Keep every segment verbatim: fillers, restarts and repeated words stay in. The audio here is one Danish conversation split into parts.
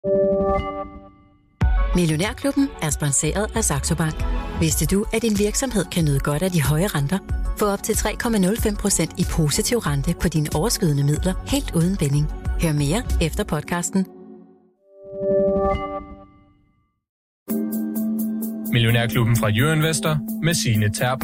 Millionærklubben er sponsoreret af Saxo Bank. Vidste du, at din virksomhed kan nyde godt af de høje renter? Få op til tre komma nul fem procent i positiv rente på dine overskydende midler helt uden binding. Hør mere efter podcasten. Millionærklubben fra Jørgen Investor med Signe Terp.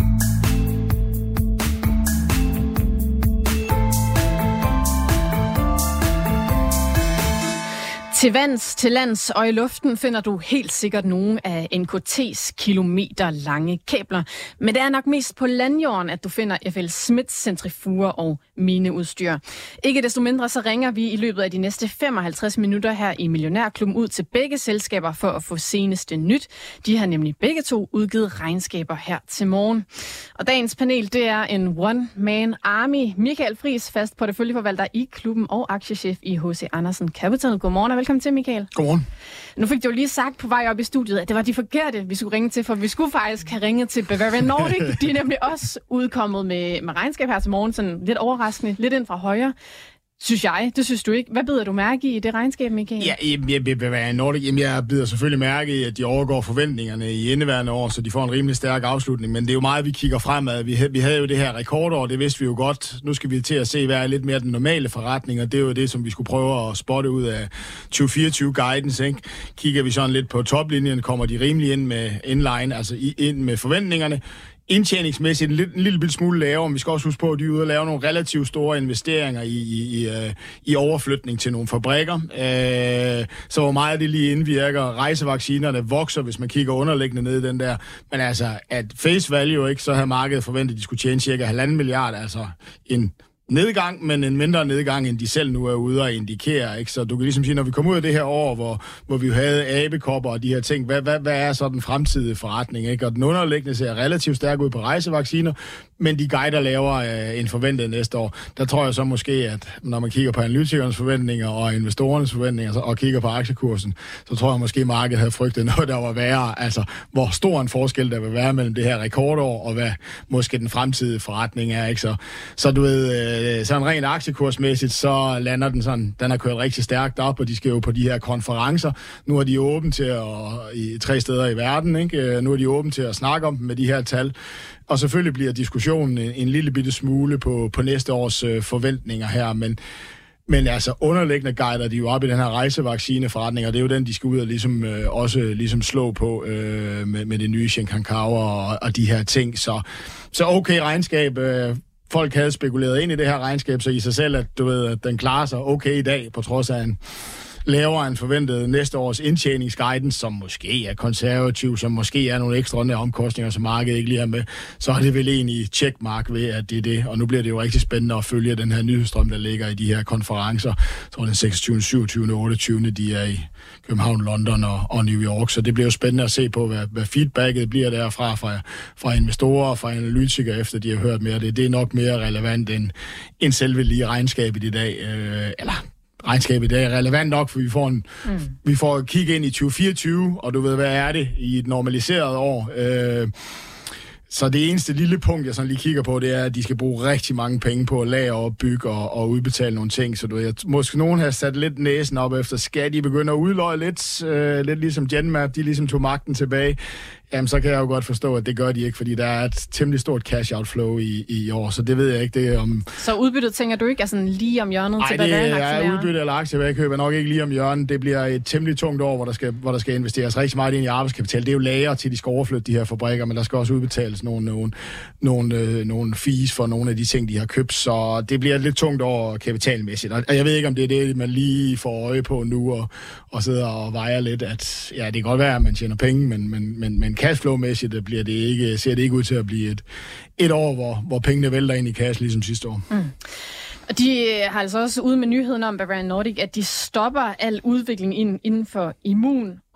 Til vands, til lands og i luften finder du helt sikkert nogle af N K T's kilometer lange kabler. Men det er nok mest på landjorden, at du finder F L Smiths centrifuger og mineudstyr. Ikke desto mindre så ringer vi i løbet af de næste femoghalvtreds minutter her i Millionærklubben ud til begge selskaber for at få seneste nyt. De har nemlig begge to udgivet regnskaber her til morgen. Og dagens panel, det er en one-man army. Michael Friis, fast porteføljeforvalter i klubben og aktiechef i H C Andersen Capital. Godmorgen og velkommen til, Michael. Godmorgen. Nu fik du jo lige sagt på vej op i studiet, at det var de forkerte, vi skulle ringe til, for vi skulle faktisk have ringet til Bavarian Nordic. De er nemlig også udkommet med, med regnskab her til morgen, sådan lidt overraskende, lidt ind fra højre. Synes jeg. Det synes du ikke. Hvad bider du mærke i i det regnskab, Michael? Ja, jeg, jeg, jeg, Nordic, jamen, jeg bider selvfølgelig mærke i, at de overgår forventningerne i indeværende år, så de får en rimelig stærk afslutning. Men det er jo meget, vi kigger fremad. Vi, vi havde jo det her rekordår, det vidste vi jo godt. Nu skal vi til at se, hvad er lidt mere den normale forretning, og det er jo det, som vi skulle prøve at spotte ud af tyve fireogtyve guidance. Ikke? Kigger vi sådan lidt på toplinjen, kommer de rimelig ind med inline, altså ind med forventningerne. Indtjeningsmæssigt en, lidt, en lille smule lavere, men vi skal også huske på, at de er ude og lave nogle relativt store investeringer i, i, i, i overflytning til nogle fabrikker. Øh, så hvor meget det lige indvirker. Rejsevaccinerne vokser, hvis man kigger underliggende ned i den der. Men altså, at face value, ikke, så havde markedet forventet, at de skulle tjene cirka halvanden milliard, altså en nedgang, men en mindre nedgang, end de selv nu er ude og indikere. Ikke? Så du kan ligesom sige, når vi kommer ud af det her år, hvor, hvor vi jo havde abekopper og de her ting, hvad, hvad, hvad er så den fremtidige forretning? Ikke? Og den underliggende ser relativt stærk ud på rejsevacciner, men de guider lavere øh, end forventet næste år. Der tror jeg så måske, at når man kigger på analytikernes forventninger og investorernes forventninger så, og kigger på aktiekursen, så tror jeg måske, at markedet havde frygtet noget, der var værre. Altså, hvor stor en forskel der vil være mellem det her rekordår og hvad måske den fremtidige forretning er. Ikke? Så, så du ved, øh, sådan rent aktiekursmæssigt, så lander den sådan, den har kørt rigtig stærkt op, og de skal jo på de her konferencer. Nu er de åbent til at, i tre steder i verden, ikke? Nu er de åbent til at snakke om dem med de her tal. Og selvfølgelig bliver diskussionen en, en lille bitte smule på, på næste års øh, forventninger her, men, men altså underliggende guider de jo op i den her rejsevaccineforretning, og det er jo den, de skal ud og ligesom, øh, også ligesom slå på øh, med, med det nye Shinkankawa og, og de her ting. Så, så okay regnskab. Øh, folk havde spekuleret ind i det her regnskab, så i sig selv, at du ved, at den klarer sig okay i dag, på trods af en lavere end forventet næste års indtjeningsguidance, som måske er konservativ, som måske er nogle ekstraordinære omkostninger, som markedet ikke lige er med, så er det vel egentlig checkmark ved, at det er det. Og nu bliver det jo rigtig spændende at følge den her nyhedsstrøm, der ligger i de her konferencer. Jeg tror, den seksogtyvende, syvogtyvende og otteogtyvende de er i København, London og, og New York. Så det bliver jo spændende at se på, hvad, hvad feedbacket bliver derfra fra, fra investorer og fra analytikere, efter de har hørt mere. Det, det er nok mere relevant end, end selve lige regnskabet i dag. Øh, eller regnskabet i dag er relevant nok, for vi får en, mm. vi får kigge ind i tyve fireogtyve, og du ved, hvad er det i et normaliseret år. Øh, så det eneste lille punkt, jeg sådan lige kigger på, det er, at de skal bruge rigtig mange penge på at lagre og bygge og, og udbetale nogle ting. Så du ved, jeg, måske nogen har sat lidt næsen op efter, skal de begynde at udløje lidt, øh, lidt ligesom Genmap, de ligesom tog magten tilbage. Jamen, så kan jeg jo godt forstå, at det gør de ikke, fordi der er et temmelig stort cash outflow i, i år, så det ved jeg ikke. Det er om... Så udbyttet tænker du ikke er sådan lige om hjørnet Ej, til Bavarian aktionærer? Nej, udbytte eller aktieværkøb er nok ikke lige om hjørnet. Det bliver et temmelig tungt år, hvor der skal, hvor der skal investeres rigtig meget ind i arbejdskapital. Det er jo lager til, de skal overflytte de her fabrikker, men der skal også udbetales nogle, nogle, nogle, øh, nogle fees for nogle af de ting, de har købt, så det bliver et lidt tungt år kapitalmæssigt. Og jeg ved ikke, om det er det, man lige får øje på nu og, og sidder og vejer lidt, at ja, det kan godt være, at man tjener penge, men, men, men, men cashflow-mæssigt bliver det ikke, ser det ikke ud til at blive et, et år, hvor, hvor pengene vælter ind i cash, ligesom sidste år. Mm. Og de har altså også ude med nyheden om Bavarian Nordic, at de stopper al udvikling inden for immun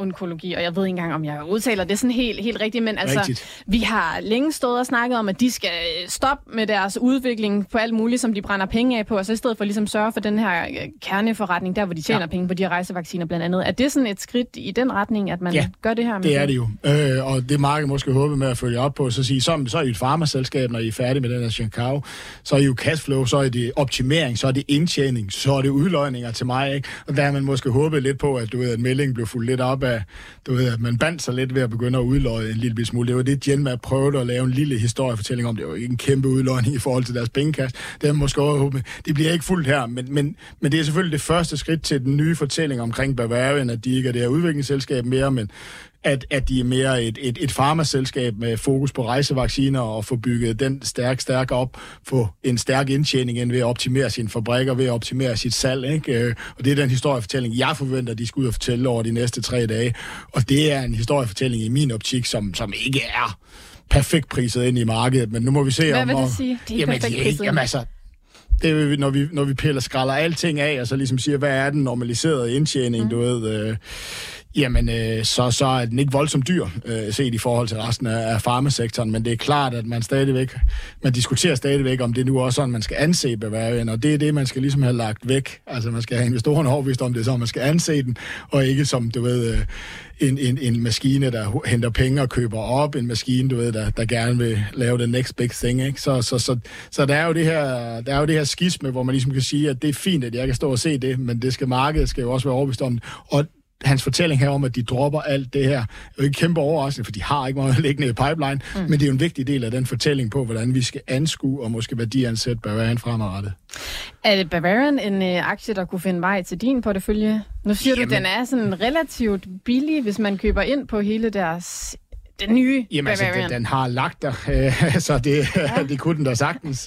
Onkologi, og jeg ved ikke engang, om jeg udtaler det sådan helt, helt rigtigt, men altså, rigtigt. Vi har længe stået og snakket om, at de skal stoppe med deres udvikling på alt muligt, som de brænder penge af på, og så i stedet for ligesom sørge for den her kerneforretning, der hvor de tjener ja. penge på de her rejsevacciner blandt andet. Er det sådan et skridt i den retning, at man ja, gør det her? Med det er det jo. Øh, og det markedet måske håber med at følge op på, så sige, så, så er I et farmaselskab, når I er færdige med den her Chicago, så er I jo cashflow, så er det optimering, så er det indtjening, så er det udløjninger til mig, ikke? Og der har man måske håbet lidt på, at du ved, at meldingen blev fuldt lidt op af, du ved, at man bandt sig lidt ved at begynde at udløje en lille smule. Det var det, Genmab prøvede at lave en lille historiefortælling om. Det var ikke en kæmpe udløjning i forhold til deres pengekast. Det har måske overhåbet. Det bliver ikke fuldt her, men, men, men det er selvfølgelig det første skridt til den nye fortælling omkring Bavarian, at de ikke er det her udviklingsselskab mere, men at, at de er mere et, et, et farmaselskab med fokus på rejsevacciner og få bygget den stærk, stærk op, få en stærk indtjening end ved at optimere sine fabrikker, ved at optimere sit salg, ikke? Og det er den historiefortælling, jeg forventer, de skal ud og fortælle over de næste tre dage. Og det er en historiefortælling i min optik, som, som ikke er perfekt priset ind i markedet, men nu må vi se Hvad om... Hvad vil det sige? Det er jamen, perfekt de, priset. Jamen altså... Det er, når vi, når vi piller skralder alting af, og så ligesom siger, hvad er den normaliserede indtjening, mm. du ved... Øh, Jamen, øh, så, så er den ikke voldsomt dyr, øh, set i forhold til resten af, af farmasektoren, men det er klart, at man stadigvæk, man diskuterer stadigvæk, om det nu også sådan, man skal anse Bavarian, og det er det, man skal ligesom have lagt væk. Altså, man skal have investorerne overbevist om det, så man skal anse den, og ikke som, du ved, øh, en, en, en maskine, der henter penge og køber op, en maskine, du ved, der, der gerne vil lave the next big thing, ikke? Så, så, så, så der er jo det her, der er jo det her skisme, hvor man ligesom kan sige, at det er fint, at jeg kan stå og se det, men det skal markedet skal jo også være overbevist om det. Og hans fortælling her om, at de dropper alt det her, er jo ikke kæmpe overraskende, for de har ikke meget liggende i pipeline, mm. men det er jo en vigtig del af den fortælling på, hvordan vi skal anskue og måske værdiansætte Bavarian fremadrettet. Er det Bavarian en øh, aktie, der kunne finde vej til din portefølje? Nu siger Jamen, du, den er sådan relativt billig, hvis man køber ind på hele deres... Den nye Jamen altså, den, den har lagt der, øh, så det, ja. det kunne den da sagtens.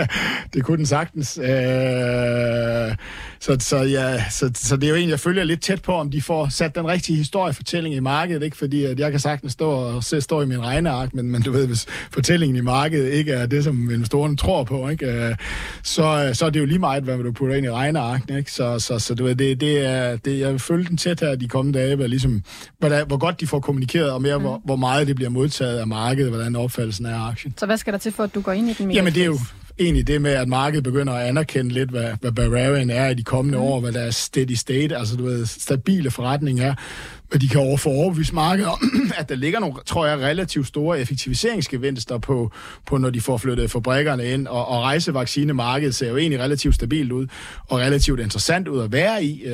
det kunne den sagtens. Øh, så, så, ja, så, så det er jo egentlig, jeg følger lidt tæt på, om de får sat den rigtige historiefortælling i markedet, ikke? Fordi at jeg kan sagtens stå og se, stå i min regneark, men, men du ved, hvis fortællingen i markedet ikke er det, som investorerne tror på, ikke? Så, så er det jo lige meget, hvad du putter ind i regnearken, ikke? Så, så, så du ved, det, det er, det, jeg vil følge den tæt her de kommende dage, ligesom, hvor, hvor godt de får kommunikeret, og mere, mm. hvor, hvor meget det bliver modtaget af markedet, hvordan opfattelsen er af aktien. Så hvad skal der til for, at du går ind i den? Jamen det er jo egentlig det med, at markedet begynder at anerkende lidt, hvad, hvad Bavarian er i de kommende mm. år, hvad der er steady state, altså du ved, stabile forretning er, og de kan overfor overbevise markedet om, at der ligger nogle, tror jeg, relativt store effektiviseringsgevinster på, på når de får flyttet fabrikkerne ind, og, og rejsevaccinemarkedet ser jo egentlig relativt stabilt ud, og relativt interessant ud at være i,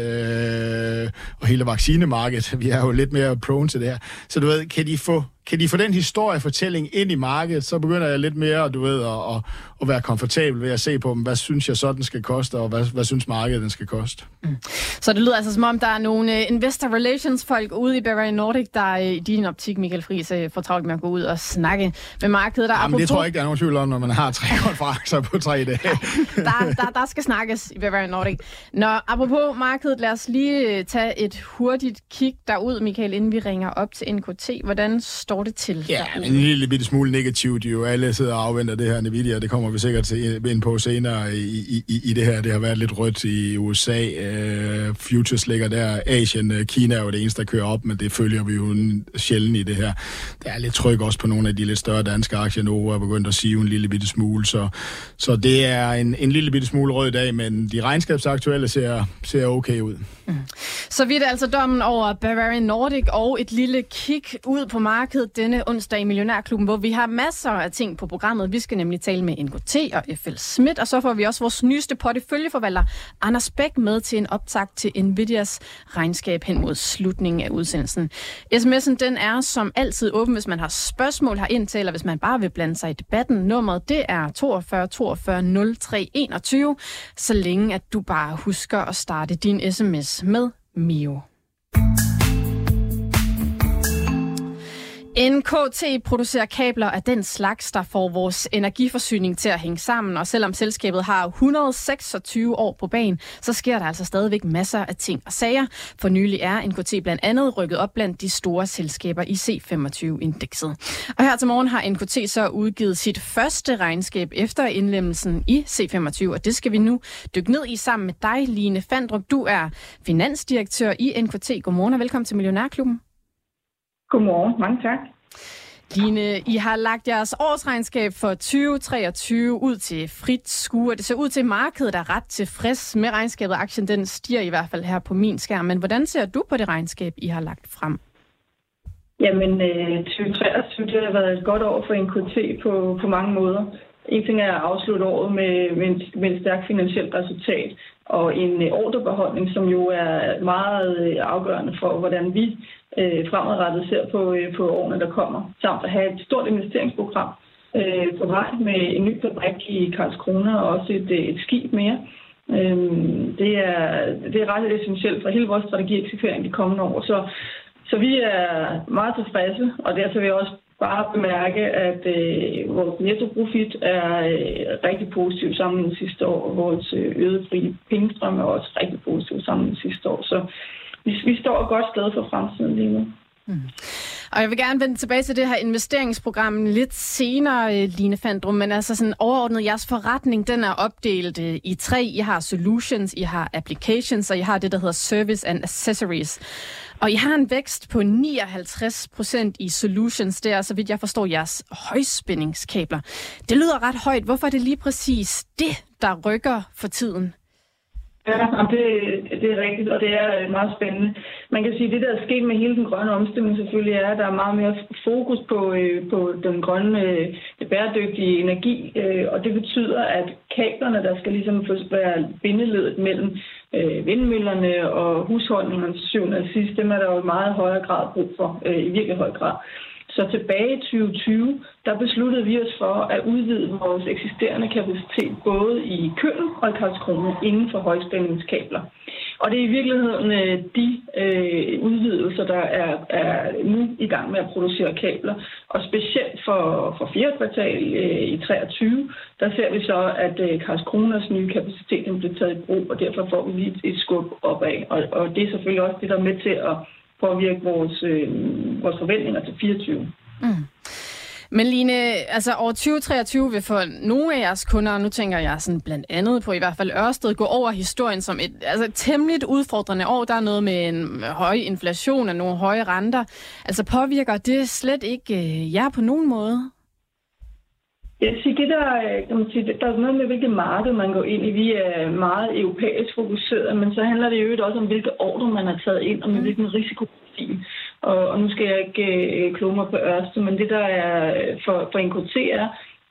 øh, og hele vaccinemarkedet, vi er jo lidt mere prone til det her. Så du ved, kan de få Kan de få den historiefortælling ind i markedet, så begynder jeg lidt mere, du ved, at, at, at være komfortabel ved at se på dem. Hvad synes jeg så, den skal koste, og hvad, hvad synes markedet, den skal koste? Mm. Så det lyder altså som om, der er nogle investor relations folk ude i Bavarian Nordic, der i din optik, Michael Friis, får travlt med at gå ud og snakke med markedet. Der Jamen, apropos... det tror jeg ikke, der er nogen tvivl om, når man har tre konferencer på tre dage. der, der, der skal snakkes i Bavarian Nordic. Nå, apropos markedet, lad os lige tage et hurtigt kig derud, Michael, inden vi ringer op til N K T. Hvordan står det til? Ja, men en lille bitte smule negativt. Jo, alle sidder og afventer det her Nvidia, og det kommer vi sikkert til ind på senere i, i, i det her. Det har været lidt rødt i U S A. Uh, futures ligger der. Asien, uh, Kina er jo det eneste, der kører op, men det følger vi jo sjældent i det her. Der er lidt tryk også på nogle af de lidt større danske aktier. Novo er begyndt at sive en lille bitte smule, så, så det er en, en lille bitte smule rød dag, men de regnskabsaktuelle ser, ser okay ud. Mm. Så vidt altså dommen over Bavarian Nordic og et lille kig ud på markedet denne onsdag i Millionærklubben, hvor vi har masser af ting på programmet. Vi skal nemlig tale med N K T og F L Schmidt, og så får vi også vores nyeste porteføljeforvalter Anders Bæk med til en optakt til Nvidias regnskab hen mod slutningen af udsendelsen. sms'en den er som altid åben, hvis man har spørgsmål herind til, eller hvis man bare vil blande sig i debatten. Nummeret det er toogfyrre toogfyrre nul tre enogtyve, så længe at du bare husker at starte din sms med Mio. N K T producerer kabler af den slags, der får vores energiforsyning til at hænge sammen, og selvom selskabet har et hundrede og seksogtyve år på banen, så sker der altså stadigvæk masser af ting og sager. For nylig er N K T blandt andet rykket op blandt de store selskaber i C femogtyve-indekset. Og her til morgen har N K T så udgivet sit første regnskab efter indlemmelsen i C femogtyve, og det skal vi nu dykke ned i sammen med dig, Line Fandrup. Du er finansdirektør i N K T. Godmorgen og velkommen til Millionærklubben. Godmorgen. Mange tak. Line, I har lagt jeres årsregnskab for tyve treogtyve ud til frit skue, og det ser ud til, at markedet er ret tilfreds med regnskabet. Aktien den stiger i hvert fald her på min skærm. Men hvordan ser du på det regnskab, I har lagt frem? Jamen, tyve treogtyve det har været et godt år for N K T på, på mange måder. En ting er at afslutte året med, med, en, med et stærkt finansielt resultat og en ordrebeholdning, som jo er meget afgørende for, hvordan vi øh, fremadrettet ser på, øh, på årene, der kommer. Samt at have et stort investeringsprogram øh, på vej med en ny fabrik i Karlskrona og også et, et skib mere. Øh, det, er, det er ret essentielt for hele vores strategieksekvering de kommende år. Så, så vi er meget tilfredse, og derfor vil jeg også bare bemærke, at øh, vores nettoprofit er øh, rigtig positiv sammen med sidste år, og vores øh, øgede frie pengestrøm er også rigtig positiv sammen med sidste år. Så vi, vi står et godt sted for fremtiden lige nu. Mm. Og jeg vil gerne vende tilbage til det her investeringsprogram lidt senere, Line Fandrup, men altså sådan overordnet, jeres forretning, den er opdelt i tre. I har solutions, I har applications, og I har det, der hedder service and accessories. Og I har en vækst på nioghalvtreds procent i solutions. Det er, så vidt jeg forstår, jeres højspændingskabler. Det lyder ret højt. Hvorfor er det lige præcis det, der rykker for tiden? Ja, det, det er rigtigt, og det er meget spændende. Man kan sige, at det, der er sket med hele den grønne omstilling, selvfølgelig er, at der er meget mere fokus på, på den grønne, det bæredygtige energi, og det betyder, at kablerne, der skal ligesom være bindeledet mellem vindmøllerne og husholdningerne til syvende og sidst, dem er der jo i meget højere grad brug for, i virkelig høj grad. Så tilbage i tyve tyve, der besluttede vi os for at udvide vores eksisterende kapacitet både i Køln og i Karlskrona inden for højspændingskabler. Og det er i virkeligheden de øh, udvidelser, der er, er nu i gang med at producere kabler. Og specielt for, for fjerde kvartal øh, i treogtyve, der ser vi så, at øh, Karlskronas nye kapacitet den bliver taget i brug, og derfor får vi lige et, et skub opad. Og, og det er selvfølgelig også det, der er med til at påvirke vores, øh, vores forventninger til fireogtyve. Mm. Men Line, altså år tyve treogtyve vil for nogle af jeres kunder, og nu tænker jeg sådan blandt andet på i hvert fald Ørsted, gå over historien som et altså temmeligt udfordrende år. Der er noget med en høj inflation og nogle høje renter. Altså påvirker det slet ikke øh, jer på nogen måde? Jeg siger, det der, kan man sige, der er noget med, hvilket marked man går ind i. Vi er meget europæisk fokuseret, men så handler det jo også om, hvilke ordre man har taget ind, og med hvilken risikoprofil. Og, og nu skal jeg ikke øh, kloge mig på Ørsted, men det der er for, for N K T er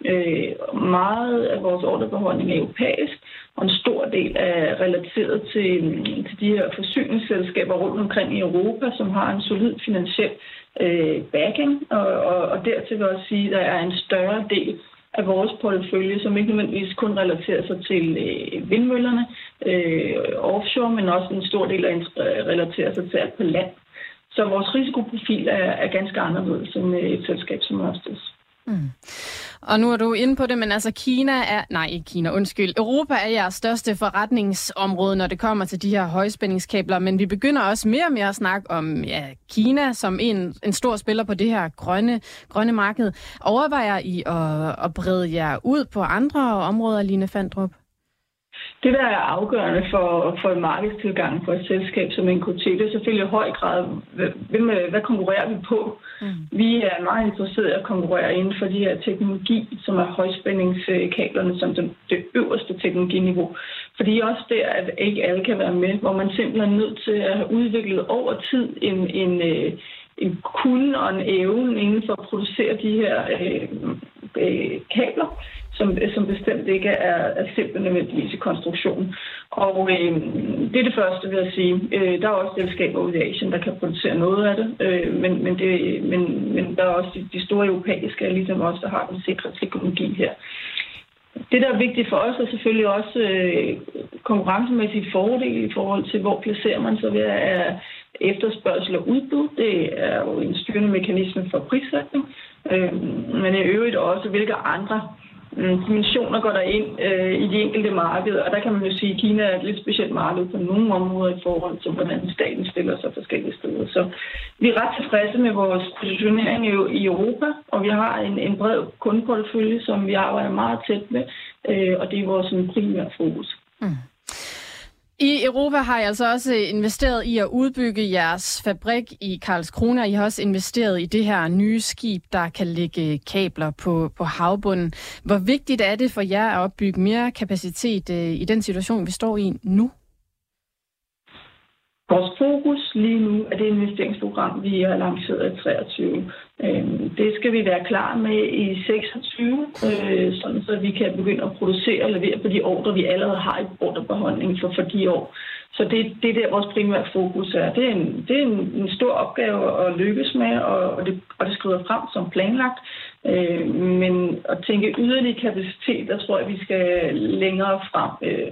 øh, meget af vores ordrebeholdning er europæisk, og en stor del er relateret til, til de her forsyningsselskaber rundt omkring i Europa, som har en solid finansiel øh, backing, og, og, og dertil vil jeg også sige, at der er en større del af vores portefølje, som ikke nødvendigvis kun relaterer sig til øh, vindmøllerne øh, offshore, men også en stor del af øh, relaterer sig til alt på land. Så vores risikoprofil er, er ganske anderledes end et selskab som Ørsted. Mm. Og nu er du inde på det, men altså Kina er, nej ikke Kina, undskyld, Europa er jeres største forretningsområde, når det kommer til de her højspændingskabler, men vi begynder også mere og mere at snakke om ja, Kina som en, en stor spiller på det her grønne, grønne marked. Overvejer I at, at brede jer ud på andre områder, Line Fandrup? Det, der er afgørende for, for en markedstilgang for et selskab som N K T, det er selvfølgelig i høj grad, hvad, hvad konkurrerer vi på? Mm. Vi er meget interesserede i at konkurrere inden for de her teknologi, som er højspændingskablerne, som det, det øverste teknologiniveau. Fordi også der, at ikke alle kan være med, hvor man simpelthen er nødt til at have udviklet over tid en, en, en kunde og en evne inden for at producere de her øh, øh, kabler, som, som bestemt ikke er, er simpelt nødvendigvis i konstruktion. Og øh, det er det første, vil jeg sige. Øh, der er også selskaber ude i Asien, der kan producere noget af det, øh, men, men, det men, men der er også de, de store europæiske, ligesom også, der har den sikre teknologi her. Det, der er vigtigt for os, er selvfølgelig også øh, konkurrencemæssige fordele i forhold til, hvor placerer man sig ved at efterspørgsel og udbud. Det er jo en styrende mekanisme for prissætning, øh, men i øvrigt også, hvilke andre dimensioner går der ind øh, i de enkelte markeder, og der kan man jo sige, at Kina er et lidt specielt marked på nogle områder i forhold til, hvordan staten stiller sig forskellige steder. Så vi er ret tilfredse med vores positionering i Europa, og vi har en, en bred kundeportefølje, som vi arbejder meget tæt med, øh, og det er vores primære fokus. Mm. I Europa har I altså også investeret i at udbygge jeres fabrik i Karlskrona. I har også investeret i det her nye skib, der kan lægge kabler på, på havbunden. Hvor vigtigt er det for jer at opbygge mere kapacitet i den situation, vi står i nu? Vores fokus lige nu er det investeringsprogram, vi har lanceret i treogtyve. Det skal vi være klar med i seksogtyve, sådan så vi kan begynde at producere og levere på de ordrer, vi allerede har i ordrebeholdning for, for de år. Så det, det er der, vores primære fokus er. Det er en, det er en, en stor opgave at lykkes med, og det, og det skrider frem som planlagt. Men at tænke yderligere kapacitet, der tror jeg, vi skal længere frem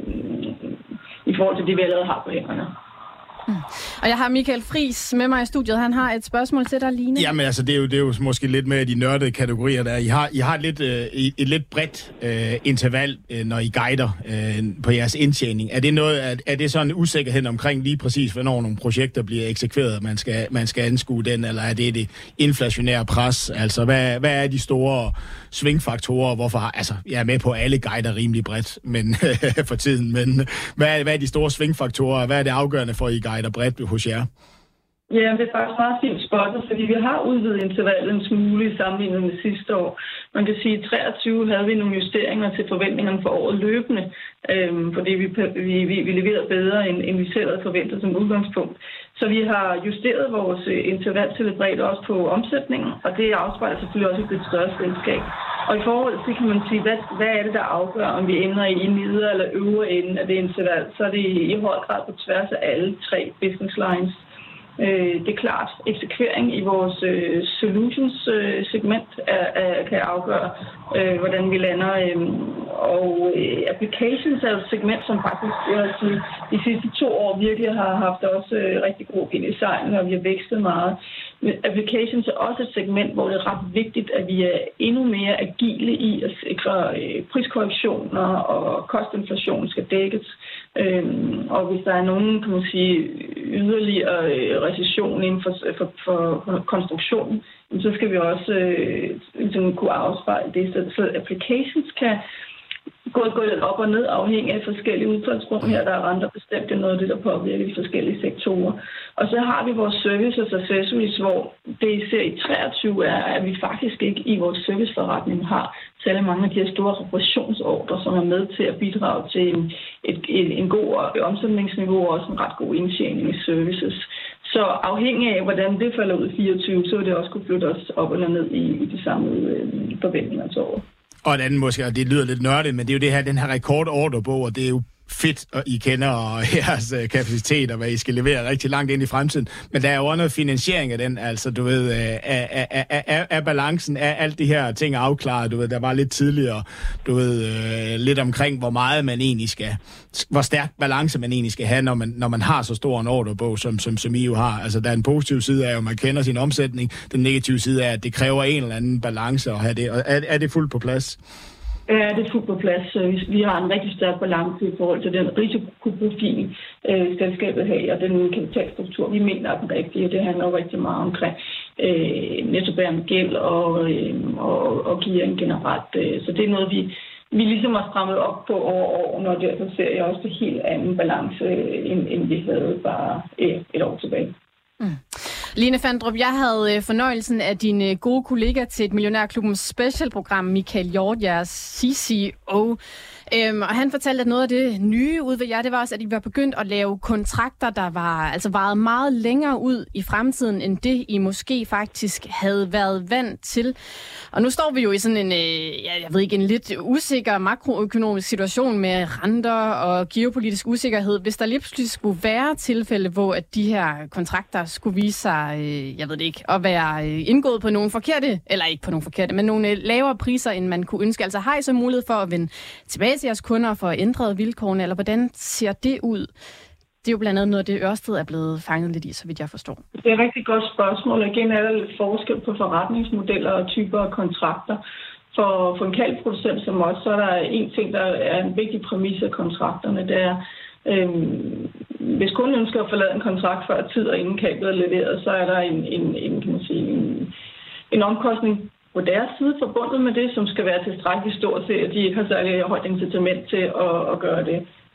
i forhold til det, vi allerede har på hænderne. Mm. Og jeg har Michael Friis med mig i studiet. Han har et spørgsmål til dig, Line. Jamen altså, det er jo, det er jo måske lidt mere de nørdede kategorier der. I har, I har et, lidt, øh, et lidt bredt øh, interval, øh, når I guider øh, på jeres indtjening. Er det, noget, er, er det sådan en usikkerhed omkring lige præcis, hvornår nogle projekter bliver eksekveret, man skal, man skal anskue den, eller er det det inflationære pres? Altså, hvad, hvad er de store svingfaktorer? Hvorfor har, altså, jeg er med på, at alle guider rimelig bredt men, for tiden, men hvad er, hvad er de store svingfaktorer? Hvad er det afgørende for, at I guider bredt hos jer? Ja, det er faktisk meget fint spottet, fordi vi har udvidet intervallet en smule i sammenligning med sidste år. Man kan sige, at i treogtyve havde vi nogle justeringer til forventningerne for året løbende, øhm, fordi vi, vi, vi, vi leverede bedre, end, end vi selv havde forventet som udgangspunkt. Så vi har justeret vores interval til det bredt også på omsætningen, og det afspejler selvfølgelig også et større selskab. Og i forhold til, kan man sige, hvad, hvad er det, der afgør, om vi ender i nedre eller øvre ende af det interval, så er det i høj grad på tværs af alle tre business lines. Det er klart, eksekvering i vores solutions-segment kan afgøre, hvordan vi lander. Og applications er et segment, som faktisk de sidste to år virkelig har haft også rigtig god ind i sejlen, og vi har vækstet meget. Men applications er også et segment, hvor det er ret vigtigt, at vi er endnu mere agile i at sikre priskorrektioner og kostinflation skal dækkes. Og hvis der er nogen, kan man sige, yderligere recession inden for, for, for konstruktion, så skal vi også øh, ligesom kunne afspejle det. Så, så applications kan gå, gå lidt op og ned afhængig af forskellige udfaldsrum her. Der er renter bestemt, det er noget af det, der påvirker de forskellige sektorer. Og så har vi vores services og accessories, hvor det især i treogtyve er, at vi faktisk ikke i vores serviceforretning har særlig mange af de her store reparationsordrer, som er med til at bidrage til en, et, en, en god omsætningsniveau og også en ret god indtjening i services. Så afhængig af, hvordan det falder ud i fireogtyve, så vil det også kunne flytte os op eller ned i, i de samme øh, forventninger til året. Og et andet måske, og det lyder lidt nørdet, men det er jo det her, den her rekordordrebog, og det er jo fedt, og I kender og jeres kapacitet, og hvad I skal levere rigtig langt ind i fremtiden. Men der er jo også noget finansiering af den, altså du ved, af, af, af, af, af balancen, af alt de her ting afklaret, du ved, der var lidt tidligere, du ved, øh, lidt omkring, hvor meget man egentlig skal, hvor stærk balance man egentlig skal have, når man, når man har så stor en ordrebog, som, som, som I jo har. Altså der er en positiv side af, at man kender sin omsætning, den negative side af, at det kræver en eller anden balance at have det, og er, er det fuldt på plads? Ja, det er fuldt på plads. Vi har en rigtig stærk balance i forhold til den risikoprofil, øh, selskabet har, og den kapitalstruktur, vi mener er den rigtige. Det handler jo rigtig meget omkring øh, nettobærende gæld og, øh, og, og gearing generelt. Så det er noget, vi, vi ligesom har strammet op på over år, når derfor ser jeg også det helt anden balance, end, end vi havde bare øh, et år tilbage. Mm. Line Fandrup, jeg havde fornøjelsen af dine gode kollega til et Millionærklubbens specialprogram, Michael Hjort, jeres C C O. Øhm, og han fortalte, at noget af det nye ud ved jer, det var også, at I var begyndt at lave kontrakter, der var altså varet meget længere ud i fremtiden, end det I måske faktisk havde været vant til. Og nu står vi jo i sådan en, øh, jeg ved ikke, en lidt usikker makroøkonomisk situation med renter og geopolitisk usikkerhed. Hvis der lige pludselig skulle være tilfælde, hvor at de her kontrakter skulle vise sig, øh, jeg ved det ikke, at være øh, indgået på nogle forkerte, eller ikke på nogle forkerte, men nogle øh, lavere priser, end man kunne ønske. Altså har I så mulighed for at vende tilbage til jeres kunder for at ændre vilkårene, eller hvordan ser det ud? Det er jo blandt andet noget, det Ørsted er blevet fanget lidt i, så vidt jeg forstår. Det er et rigtig godt spørgsmål. Igen er der lidt forskel på forretningsmodeller og typer af kontrakter. For, for en kalkproducent som os, så er der en ting, der er en vigtig præmis af kontrakterne. Det er, øhm, hvis kunden ønsker at forlade en kontrakt før tid og inden kablet er leveret, så er der en, en, en, kan man sige, en, en omkostning på deres side forbundet med det, som skal være tilstrækkeligt stort til, at de ikke har særlig højt incitament til at, at gøre det.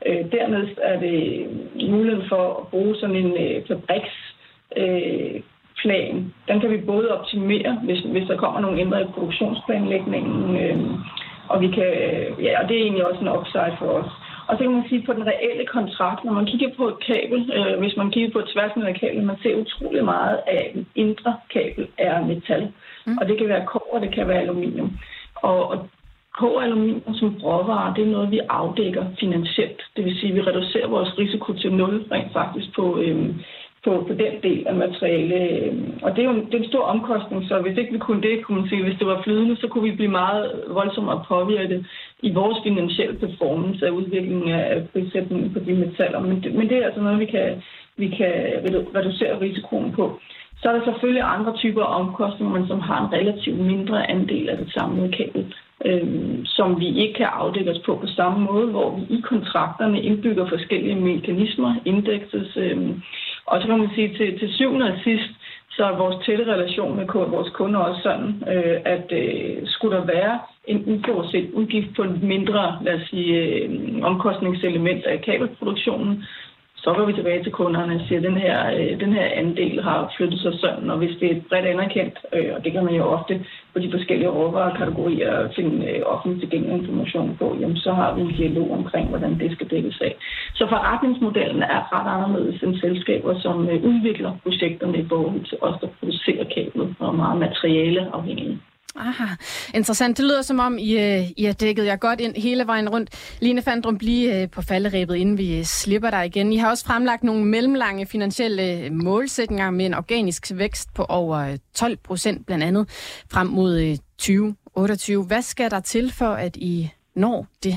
Øh, dernæst er det muligheden for at bruge sådan en øh, fabriks øh, plan. Den kan vi både optimere, hvis, hvis der kommer nogle ændringer i produktionsplanlægningen, øh, og vi kan, ja, og det er egentlig også en upside for os. Og så kan man sige, på den reelle kontrakt, når man kigger på et kabel, øh, hvis man kigger på et tværsnit kabel, man ser utrolig meget af den indre kabel er metal. Mm. Og det kan være kobber, det kan være aluminium. Og, og kobber og aluminium som råvarer, det er noget, vi afdækker finansielt. Det vil sige, at vi reducerer vores risiko til nul rent faktisk på... Øh, På, på den del af materiale. Og det er jo en, det er en stor omkostning, så hvis ikke vi kunne det, kunne man sige, hvis det var flydende, så kunne vi blive meget voldsomt påvirket i vores finansielle performance af udviklingen af prissætningen på de metaller. Men det, men det er altså noget, vi kan, vi kan reducere risikoen på. Så er der selvfølgelig andre typer af omkostninger, men som har en relativt mindre andel af det samlede kabel, øhm, som vi ikke kan afdække os på på samme måde, hvor vi i kontrakterne indbygger forskellige mekanismer, indekses. Øhm, og så kan man sige, til, til syvende og sidst, så er vores tætte relation med vores kunder også sådan, øh, at øh, skulle der være en uforudset udgift på en mindre, lad os sige, øh, omkostningselement af kabelproduktionen, så går vi tilbage til kunderne og siger, at den her, øh, den her andel har flyttet sig sådan, og hvis det er bredt anerkendt, øh, og det kan man jo ofte på de forskellige råvarekategorier finde øh, offentlig tilgængelig information på, jamen så har vi en dialog omkring, hvordan det skal dækkes af. Så forretningsmodellen er ret anderledes end selskaber, som øh, udvikler projekterne i forhold til os, der producerer kablet og meget materiale afhængige. Aha, interessant. Det lyder som om, I, I har dækket jer godt ind hele vejen rundt. Line Fandrum, blive på falderebet, inden vi slipper dig igen. I har også fremlagt nogle mellemlange finansielle målsætninger med en organisk vækst på over tolv procent blandt andet frem mod tyve otteogtyve. Hvad skal der til for, at I når det?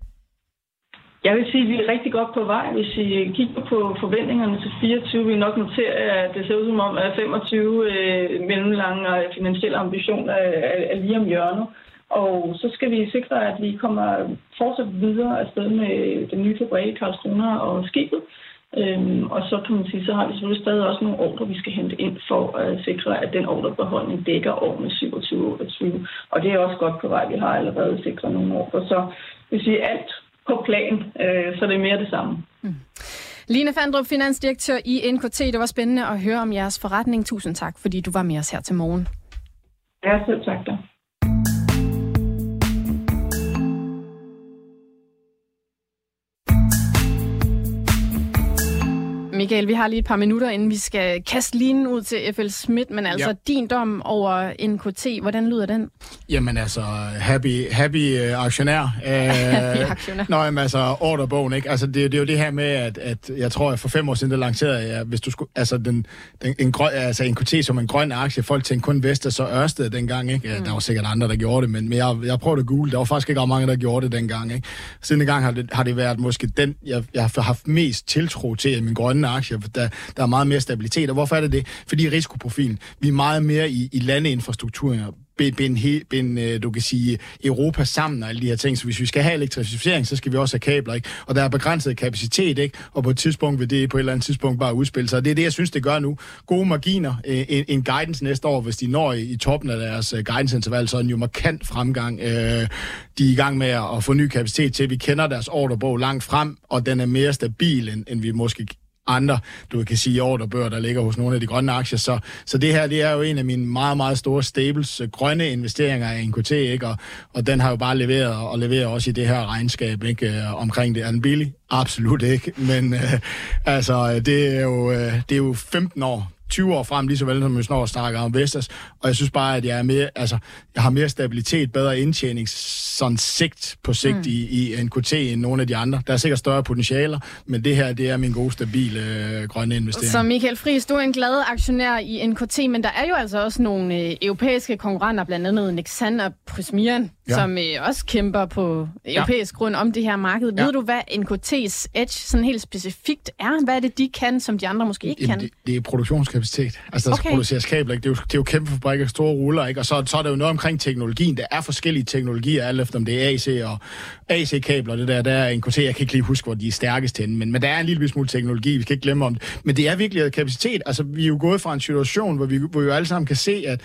Jeg vil sige, at vi er rigtig godt på vej. Hvis I kigger på forventningerne til fireogtyve, vil I nok notere, at det ser ud som om, at femogtyve øh, mellemlange og finansielle ambitioner er, er lige om hjørnet. Og så skal vi sikre, at vi kommer fortsat videre afsted med den nye fabrik i Karlskrona og skibet. Øhm, og så kan man sige, så har vi selvfølgelig stadig også nogle ordre, vi skal hente ind for at sikre, at den ordrebeholdning dækker årene syvogtyve otteogtyve. Og det er også godt på vej. Vi har allerede sikret nogle ordre. Så vil sige alt på plan, øh, så det er mere det samme. Mm. Line Fandrup, finansdirektør i N K T. Det var spændende at høre om jeres forretning. Tusind tak, fordi du var med os her til morgen. Ja, selv tak da. Michael, vi har lige et par minutter, inden vi skal kaste linen ud til F L Schmidt, men altså ja. Din dom over N K T, hvordan lyder den? Jamen altså, happy, happy uh, aktionær. Uh, happy aktionær. Nå, jamen altså, orderbogen, ikke? Altså, det, det er jo det her med, at, at jeg tror, at for fem år siden, der lancerede jeg, hvis du skulle, altså, den, den, en grøn, altså N K T som en grøn aktie, folk tænkte kun Vestas og Ørsted dengang, ikke? Mm. Der var sikkert andre, der gjorde det, men, men jeg, jeg prøvede at google, der var faktisk ikke mange, der gjorde det dengang, ikke? Siden dengang har det, har det været måske den, jeg, jeg har haft mest tiltro til, min grønne aktier, der, der er meget mere stabilitet. Og hvorfor er det det? Fordi risikoprofilen, vi er meget mere i, i landeinfrastrukturen, binde, binde, du kan sige, Europa sammen og alle de her ting. Så hvis vi skal have elektrificering, så skal vi også have kabler, ikke? Og der er begrænset kapacitet, ikke? Og på et tidspunkt vil det på et eller andet tidspunkt bare udspille sig. Det er det, jeg synes, det gør nu. Gode marginer, en, en guidance næste år, hvis de når i, i toppen af deres guidance-interval, så er den jo markant fremgang. Øh, de er i gang med at få ny kapacitet til. Vi kender deres ordrebog langt frem, og den er mere stabil, end, end vi måske andre, du kan sige, ordrebøger, der ligger hos nogle af de grønne aktier. Så, så det her, det er jo en af mine meget, meget store stables, grønne investeringer i N K T, ikke? Og, og den har jo bare leveret, og leverer også i det her regnskab, ikke? Omkring det. Er den billig? Absolut ikke. Men øh, altså, det er, jo, øh, det er jo femten år, tyve år frem, lige så vel som vi snart snakker om Vestas, og jeg synes bare, at jeg er mere, altså, jeg har mere stabilitet, bedre indtjening, sådan sigt på sigt mm. i, i N K T end nogle af de andre. Der er sikkert større potentialer, men det her, det er min gode, stabile øh, grønne investering. Så Michael Friis, du er en glad aktionær i N K T, men der er jo altså også nogle øh, europæiske konkurrenter, blandt andet Nexan og Prysmian, ja. som øh, også kæmper på europæisk ja. grund om det her marked. Ja. Ved du, hvad N K T's edge sådan helt specifikt er? Hvad er det, de kan, som de andre måske ikke Jamen, kan? Det, det er produktionskapacitet. Altså, der okay. skal produceres kabler, ikke? Det er jo, det er jo kæmpe fabrikker, store ruller, ikke? Og så, så er der jo noget omkring teknologien. Der er forskellige teknologier, alt efter om det er A C og A C-kabler, det der, der er N K T. Jeg kan ikke lige huske, hvor de er stærkest henne, men, men der er en lille smule teknologi, vi skal ikke glemme om det. Men det er virkelig kapacitet. Altså, vi er jo gået fra en situation, hvor vi, hvor vi jo alle sammen kan se, at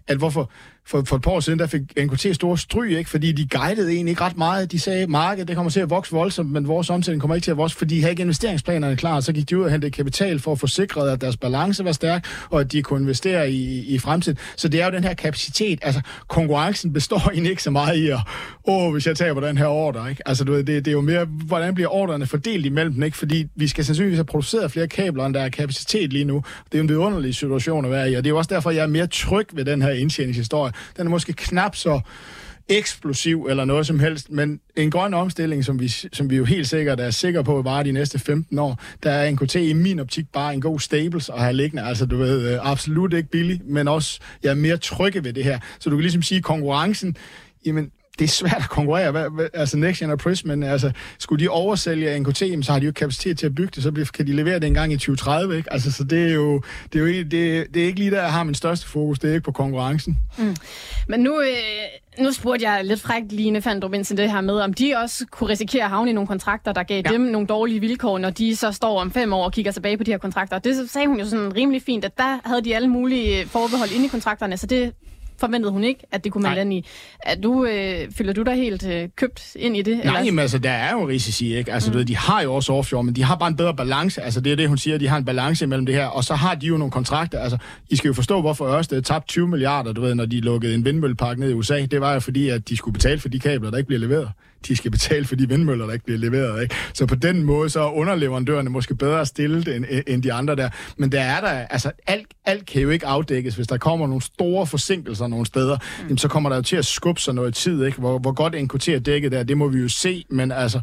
at hvorfor for, for et par år siden, der fik N K T store stryg, ikke? Fordi de guidede egentlig ikke ret meget. De sagde, markedet det kommer til at vokse voldsomt, men vores omsætning kommer ikke til at vokse, fordi de havde ikke investeringsplanerne klar. Så gik de ud og hentede kapital for at få sikret, at deres balance var stærk, og at de kunne investere i, i fremtiden. Så det er jo den her kapacitet. Altså, konkurrencen består egentlig ikke så meget i at, åh, hvis jeg taber den her ordre, ikke? Altså, du ved, det, det er jo mere, hvordan bliver ordrene fordelt imellem dem, ikke? Fordi vi skal sandsynligvis have produceret flere kabler, end der er kapacitet lige nu. Det er jo en vidunderlig situation at være i, og det er jo også derfor, jeg er mere tryg ved den her indtjeningshistorie. Den er måske knap så eksplosiv eller noget som helst, men en grøn omstilling, som vi, som vi jo helt sikkert er sikre på, bare de næste femten år, der er N K T i min optik bare en god stables at have liggende. Altså, du ved, absolut ikke billig, men også, jeg er mere trygge ved det her. Så du kan ligesom sige, konkurrencen, jamen, det er svært at konkurrere. Hvad, hvad, altså NextGen og Prism, altså skulle de oversælge N K T, så har de jo kapacitet til at bygge det, så kan de levere det en gang i tyve tredive, ikke? Altså, så det er jo, det er jo det, det er ikke lige der, jeg har min største fokus, det er ikke på konkurrencen. Mm. Men nu, øh, nu spurgte jeg lidt frækt Line Fandrup ind til det her med, om de også kunne risikere at havne i nogle kontrakter, der gav ja. dem nogle dårlige vilkår, når de så står om fem år og kigger tilbage på de her kontrakter. Det sagde hun jo sådan rimelig fint, at der havde de alle mulige forbehold inde i kontrakterne, så det forventede hun ikke, at det kunne man lande i. Er du, øh, føler du dig helt øh, købt ind i det? Nej, eller? Men altså, der er jo risici, ikke? Altså, mm. du ved, de har jo også offshore, men de har bare en bedre balance. Altså, det er det, hun siger, de har en balance mellem det her, og så har de jo nogle kontrakter. Altså, I skal jo forstå, hvorfor Ørsted tabte tyve milliarder, du ved, når de lukkede en vindmøllepark ned i U S A. Det var jo fordi, at de skulle betale for de kabler, der ikke bliver leveret. De skal betale for de vindmøller, der ikke bliver leveret, ikke? Så på den måde, så er underleverandørerne måske bedre stillet end, end de andre der. Men der er der, altså, alt, alt kan jo ikke afdækkes. Hvis der kommer nogle store forsinkelser nogle steder, mm. jamen, så kommer der jo til at skubbe sig noget tid, ikke? Hvor, hvor godt N K T er dækket der, det må vi jo se, men altså,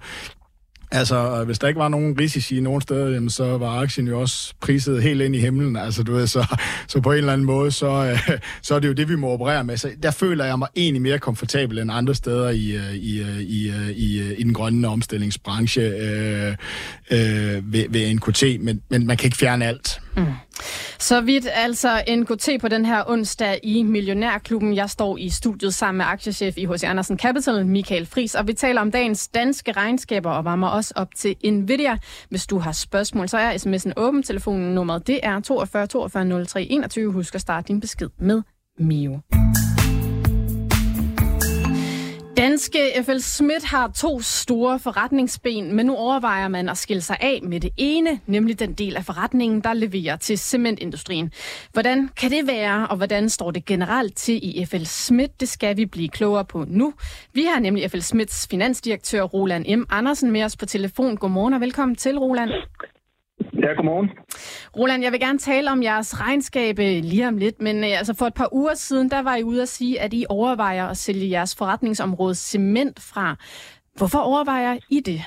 Altså, hvis der ikke var nogen risici nogen steder, jamen, så var aktien jo også priset helt ind i himlen. Altså, du ved, så, så på en eller anden måde, så, øh, så er det jo det, vi må operere med. Så der føler jeg mig egentlig mere komfortabel end andre steder i, i, i, i, i den grønne omstillingsbranche øh, øh, ved, ved N K T, men, men man kan ikke fjerne alt. Mm. Så vidt altså N K T på den her onsdag i Millionærklubben. Jeg står i studiet sammen med aktiechef i H C Andersen Capital, Michael Friis, og vi taler om dagens danske regnskaber og varmer også op til Nvidia. Hvis du har spørgsmål, så er sms'en åben. Telefonnummeret det er toogfyrre toogfyrre nul tre enogtyve. Husk at starte din besked med Mio. Danske F L Smith har to store forretningsben, men nu overvejer man at skille sig af med det ene, nemlig den del af forretningen, der leverer til cementindustrien. Hvordan kan det være, og hvordan står det generelt til i F L Smith? Det skal vi blive klogere på nu. Vi har nemlig F L Smiths finansdirektør Roland M. Andersen med os på telefon. Godmorgen og velkommen til, Roland. Ja, godmorgen. Roland, jeg vil gerne tale om jeres regnskab lige om lidt, men altså for et par uger siden, der var I ude at sige, at I overvejer at sælge jeres forretningsområde cement fra. Hvorfor overvejer I det?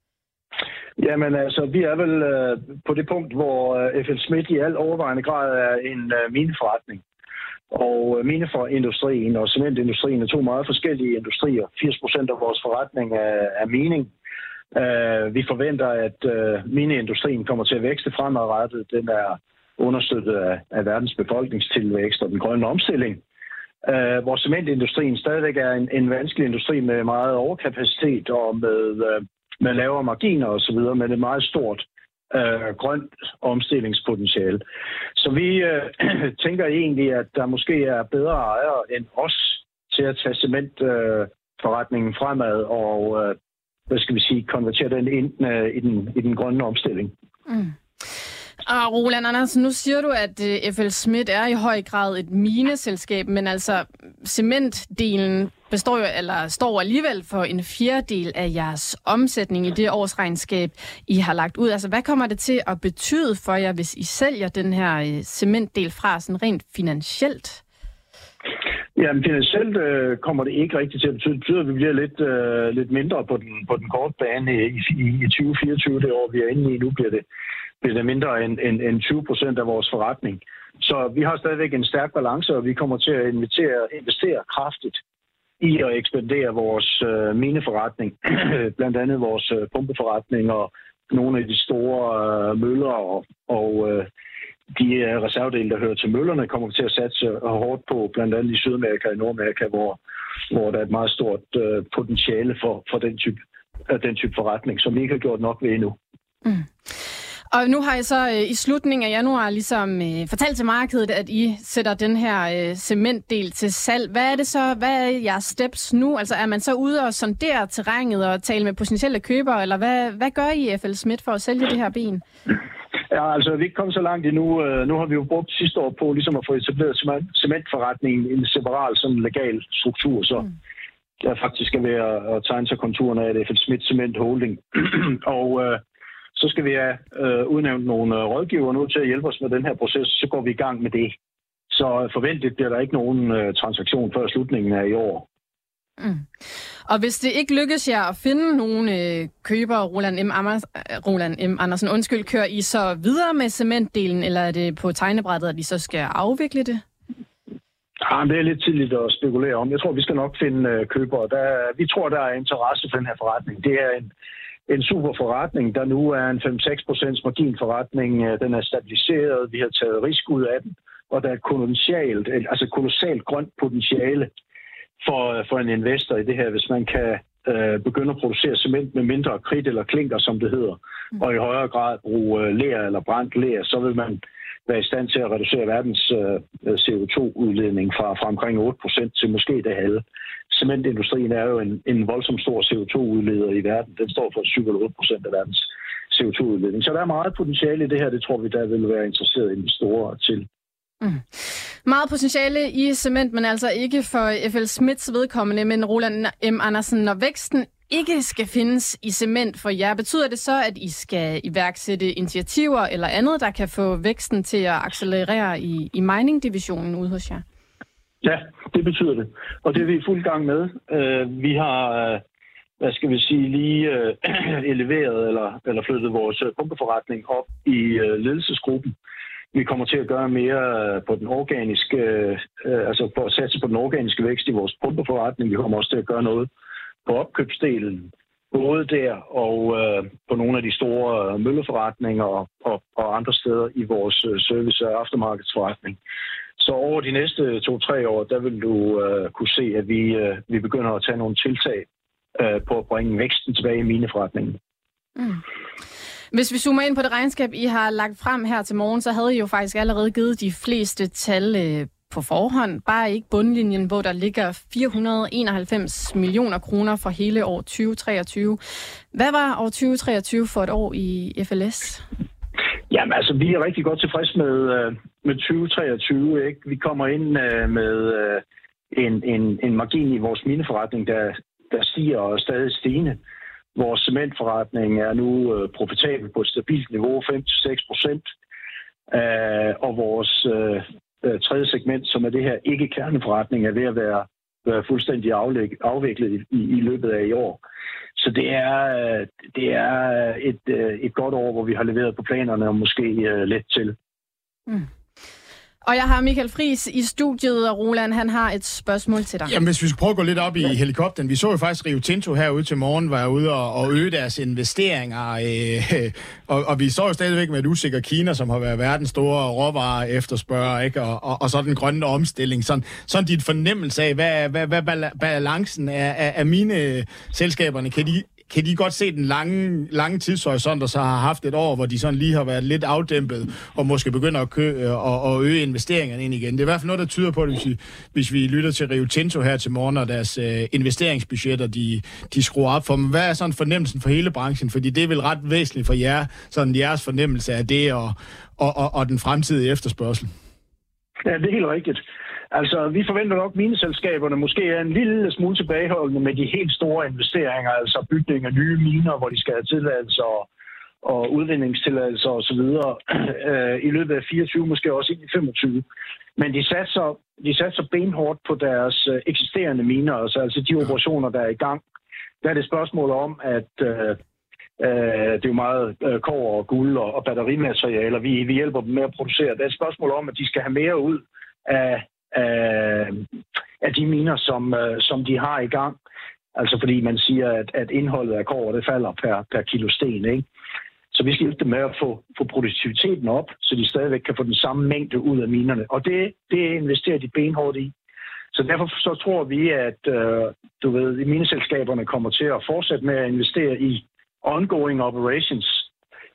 Jamen altså, vi er vel øh, på det punkt, hvor øh, F L Smith i al overvejende grad er en øh, mineforretning. Og øh, mineindustrien og cementindustrien er to meget forskellige industrier. firs procent af vores forretning er, er mining. Uh, vi forventer, at uh, mineindustrien kommer til at vækste fremadrettet. Den er understøttet af, af verdens befolkningstilvækst og den grønne omstilling. Uh, hvor cementindustrien stadigvæk er en, en vanskelig industri med meget overkapacitet og med, uh, med lavere marginer osv., men et meget stort uh, grønt omstillingspotentiale. Så vi uh, tænker egentlig, at der måske er bedre ejere end os til at tage cementforretningen uh, fremad og uh, hvad skal vi sige, konvertere den ind uh, i, den, i den grønne omstilling. Mm. Og Roland Andersen, nu siger du, at uh, F L Smith er i høj grad et mineselskab, men altså cementdelen består jo, eller står alligevel for en fjerdedel af jeres omsætning i det årsregnskab, I har lagt ud. Altså, hvad kommer det til at betyde for jer, hvis I sælger den her uh, cementdel fra sådan rent finansielt? Jamen, finansielt øh, kommer det ikke rigtigt til at betyde. Det betyder, at vi bliver lidt, øh, lidt mindre på den, på den korte bane i, i, i tyve fireogtyve, det år, vi er inde i. Nu bliver det, bliver det mindre end, end, end tyve procent af vores forretning. Så vi har stadigvæk en stærk balance, og vi kommer til at investere, investere kraftigt i at ekspandere vores øh, mineforretning. Blandt andet vores øh, pumpeforretning og nogle af de store øh, møller og, og øh, de reservedele, der hører til møllerne, kommer til at satse hårdt på, blandt andet i Sydamerika og Nordamerika, hvor, hvor der er et meget stort uh, potentiale for, for den type, uh, den type forretning, som vi ikke har gjort nok ved endnu. Mm. Og nu har I så øh, i slutningen af januar ligesom øh, fortalt til markedet, at I sætter den her øh, cementdel til salg. Hvad er det så, hvad er jeres steps nu? Altså er man så ude og sondere terrænet og tale med potentielle købere, eller hvad, hvad gør I i F L Smith for at sælge det her ben? Ja, altså vi er ikke kommet så langt endnu. Nu har vi jo brugt sidste år på ligesom at få etableret cementforretningen i en separat sådan legal struktur, så mm. der faktisk er ved at tegne sig konturerne af det F L Smith Cement Holding. og øh, så skal vi have øh, udnævnt nogle øh, rådgivere nu til at hjælpe os med den her proces, så går vi i gang med det. Så forventeligt bliver der ikke nogen øh, transaktion før slutningen af i år. Mm. Og hvis det ikke lykkes jer at finde nogen øh, købere, Roland M. Amers, Roland M. Andersen, undskyld, kører I så videre med cementdelen, eller er det på tegnebrættet, at I så skal afvikle det? Ja, det er lidt tidligt at spekulere om. Jeg tror, vi skal nok finde øh, købere. Der, vi tror, der er interesse for den her forretning. Det er en, en super forretning, der nu er en fem til seks procent marginforretning. Den er stabiliseret, vi har taget risk ud af den, og der er et kolossalt, altså kolossalt grønt potentiale for, for en investor i det her, hvis man kan øh, begynde at producere cement med mindre kridt eller klinker, som det hedder, mm. og i højere grad bruge øh, ler eller brændt ler, så vil man være i stand til at reducere verdens øh, C O to udledning fra, fra omkring otte procent til måske det halve. Cementindustrien er jo en, en voldsomt stor C O to udleder i verden. Den står for syv eller otte procent af verdens C O to udledning. Så der er meget potentiale i det her. Det tror vi, der vil være interesseret investorer til. Mm. Meget potentiale i cement, men altså ikke for F L Smiths vedkommende, men Roland M. Andersen, når væksten ikke skal findes i cement for jer, betyder det så, at I skal iværksætte initiativer eller andet, der kan få væksten til at accelerere i, i mining-divisionen ude hos jer? Ja, det betyder det. Og det er vi i fuld gang med. Uh, vi har, uh, hvad skal vi sige, lige uh, eleveret eller, eller flyttet vores pumpeforretning op i uh, ledelsesgruppen. Vi kommer til at gøre mere på den organiske, uh, altså på at satse på den organiske vækst i vores pumpeforretning. Vi kommer også til at gøre noget på opkøbsdelen, både der og øh, på nogle af de store øh, mølleforretninger og, og, og andre steder i vores øh, service- og aftermarkedsforretning. Så over de næste to-tre år, der vil du øh, kunne se, at vi, øh, vi begynder at tage nogle tiltag øh, på at bringe væksten tilbage i mineforretningen. Mm. Hvis vi zoomer ind på det regnskab, I har lagt frem her til morgen, så havde I jo faktisk allerede givet de fleste tal øh, på forhånd, bare ikke bundlinjen, hvor der ligger fire hundrede enoghalvfems millioner kroner for hele år tyve treogtyve. Hvad var år tyve treogtyve for et år i F L S? Jamen altså, vi er rigtig godt tilfreds med, med tyve treogtyve. Ikke? Vi kommer ind med en, en, en margin i vores mineforretning, der, der stiger og stadig stigende. Vores cementforretning er nu profitabel på et stabilt niveau, fem til seks procent. Og vores tredje segment, som er det her ikke-kerneforretning, er ved at være, være fuldstændig aflæg, afviklet i, i løbet af i år. Så det er, det er et, et godt år, hvor vi har leveret på planerne og måske uh, lidt til. Mm. Og jeg har Michael Friis i studiet, og Roland, han har et spørgsmål til dig. Jamen, hvis vi skal prøve at gå lidt op i helikopteren. Vi så jo faktisk Rio Tinto herude til morgen, var ude og, og øge deres investeringer. Øh, og, og vi så jo stadigvæk med et usikker Kina, som har været verdens store råvarer efterspørger, ikke? Og, og, og så den grønne omstilling. Sådan, sådan dit fornemmelse af, hvad, hvad, hvad balancen er af, af mine selskaberne, kan de... Kan de godt se den lange, lange tidshorisont, der så har haft et år, hvor de sådan lige har været lidt afdæmpet, og måske begynder at, kø- og, og øge investeringerne ind igen? Det er i hvert fald noget, der tyder på det, hvis vi, hvis vi lytter til Rio Tinto her til morgen, og deres øh, investeringsbudgetter, de, de skruer op for dem. Hvad er sådan fornemmelsen for hele branchen? Fordi det er vel ret væsentligt for jer, sådan jeres fornemmelse af det, og, og, og, og den fremtidige efterspørgsel. Ja, det er helt rigtigt. Altså, vi forventer nok, at mineselskaberne måske er en lille smule tilbageholdende med de helt store investeringer, altså bygning af nye miner, hvor de skal have tilladelser og, og udvindingstilladelser osv. I løbet af fireogtyve, måske også ind i femogtyve. Men de satser, de satser benhårdt på deres eksisterende miner, altså, altså de operationer, der er i gang. Der er det spørgsmål om, at øh, øh, det er jo meget øh, kobber og guld og, og batterimaterialer, vi, vi hjælper dem med at producere. Der er et spørgsmål om, at de skal have mere ud af Af, af de miner, som, uh, som de har i gang. Altså fordi man siger, at, at indholdet af kobber, det falder per, per kilo sten, ikke? Så vi skal hjælpe dem med at få, få produktiviteten op, så de stadigvæk kan få den samme mængde ud af minerne. Og det, det investerer de benhårdt i. Så derfor så tror vi, at uh, du ved, mineselskaberne kommer til at fortsætte med at investere i ongoing operations.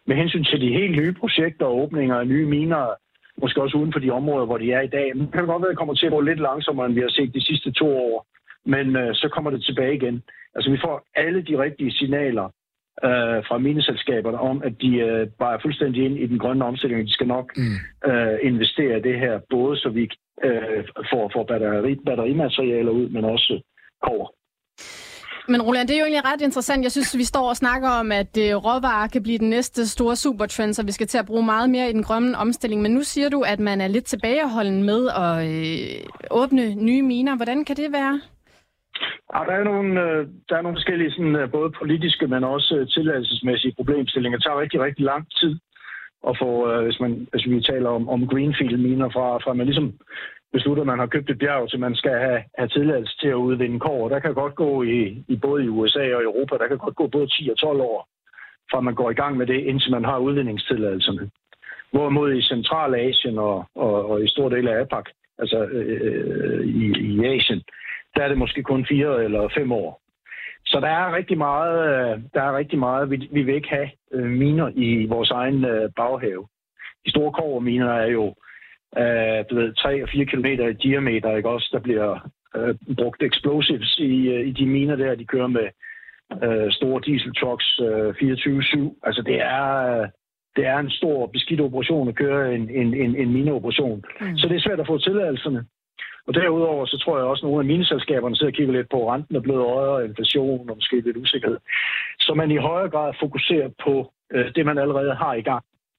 med hensyn til de helt nye projekter og åbninger af nye miner, måske også uden for de områder, hvor de er i dag. Men det kan godt være, at det kommer til at gå lidt langsommere, end vi har set de sidste to år. Men øh, så kommer det tilbage igen. Altså, vi får alle de rigtige signaler øh, fra mineselskaberne om, at de øh, bare er fuldstændig ind i den grønne omstilling. De skal nok mm. øh, investere det her, både så vi øh, får, får batteri, batterimaterialer ud, men også kobber. Men Roland, det er jo egentlig ret interessant. Jeg synes, vi står og snakker om, at øh, råvarer kan blive den næste store supertrend, så vi skal til at bruge meget mere i den grønne omstilling. Men nu siger du, at man er lidt tilbageholden med at øh, åbne nye miner. Hvordan kan det være? Ja, der er nogle, øh, der er nogle forskellige sådan, øh, både politiske, men også øh, tilladelsesmæssige problemstillinger. Det tager rigtig, rigtig lang tid at få, øh, hvis, man, hvis vi taler om, om greenfield-miner, fra, fra man ligesom beslutter, at man har købt et bjerg, til man skal have, have tilladelse til at udvinde kobber. Der kan godt gå i, i både i U S A og Europa, der kan godt gå både ti og tolv år, fra man går i gang med det, indtil man har udvindingstilladelserne. Hvorimod i Centralasien og, og, og i store dele af A P A C, altså øh, i, i Asien, der er det måske kun fire eller fem år. Så der er rigtig meget, der er rigtig meget vi, vi vil ikke have øh, miner i vores egen øh, baghave. De store kobberminer er jo øh, du ved, tre og fire kilometer i diameter, ikke også? Der bliver øh, brugt explosives i, øh, i de miner der. De kører med øh, store dieseltrucks øh, fireogtyve syv. Altså det er, øh, det er en stor beskidt operation at køre en, en, en, en mineoperation. Mm. Så det er svært at få tilladelserne. Og derudover, så tror jeg også, at nogle af mineselskaberne sidder og kigger lidt på renten er blevet højere, inflation og måske lidt usikkerhed. Så man i højere grad fokuserer på øh, det, man allerede har i gang.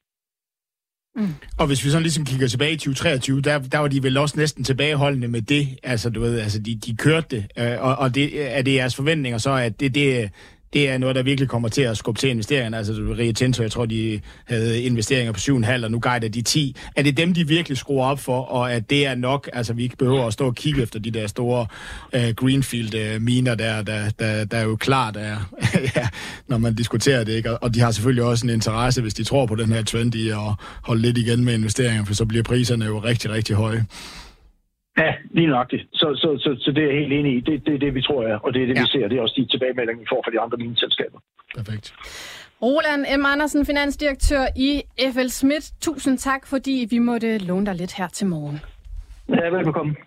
Mm. Og hvis vi sådan ligesom kigger tilbage i tyve treogtyve, der, der var de vel også næsten tilbageholdende med det. Altså, du ved, altså de, de kørte det. Øh, og og det, er det jeres forventninger så, at det, det, det er noget, der virkelig kommer til at skubbe til investeringerne? Altså, Rio Tinto, jeg tror, de havde investeringer på syv komma fem, og nu guider de ti. Er det dem, de virkelig skruer op for, og at det er nok? Altså, vi ikke behøver at stå og kigge efter de der store uh, greenfield-miner, uh, der, der, der, der er jo klart, er, ja, når man diskuterer det, ikke? Og de har selvfølgelig også en interesse, hvis de tror på den her trend i at holde lidt igen med investeringer, for så bliver priserne jo rigtig, rigtig høje. Ja, lige nøjagtigt. Så, så, så, så det er jeg helt enig i. Det, det er det, vi tror er, og det er det, ja. vi ser. Det er også de tilbagemeldinger, vi får fra de andre mineselskaber. Perfekt. Roland M. Andersen, finansdirektør i F L Smith. Tusind tak, fordi vi måtte låne dig lidt her til morgen. Ja, velbekomme.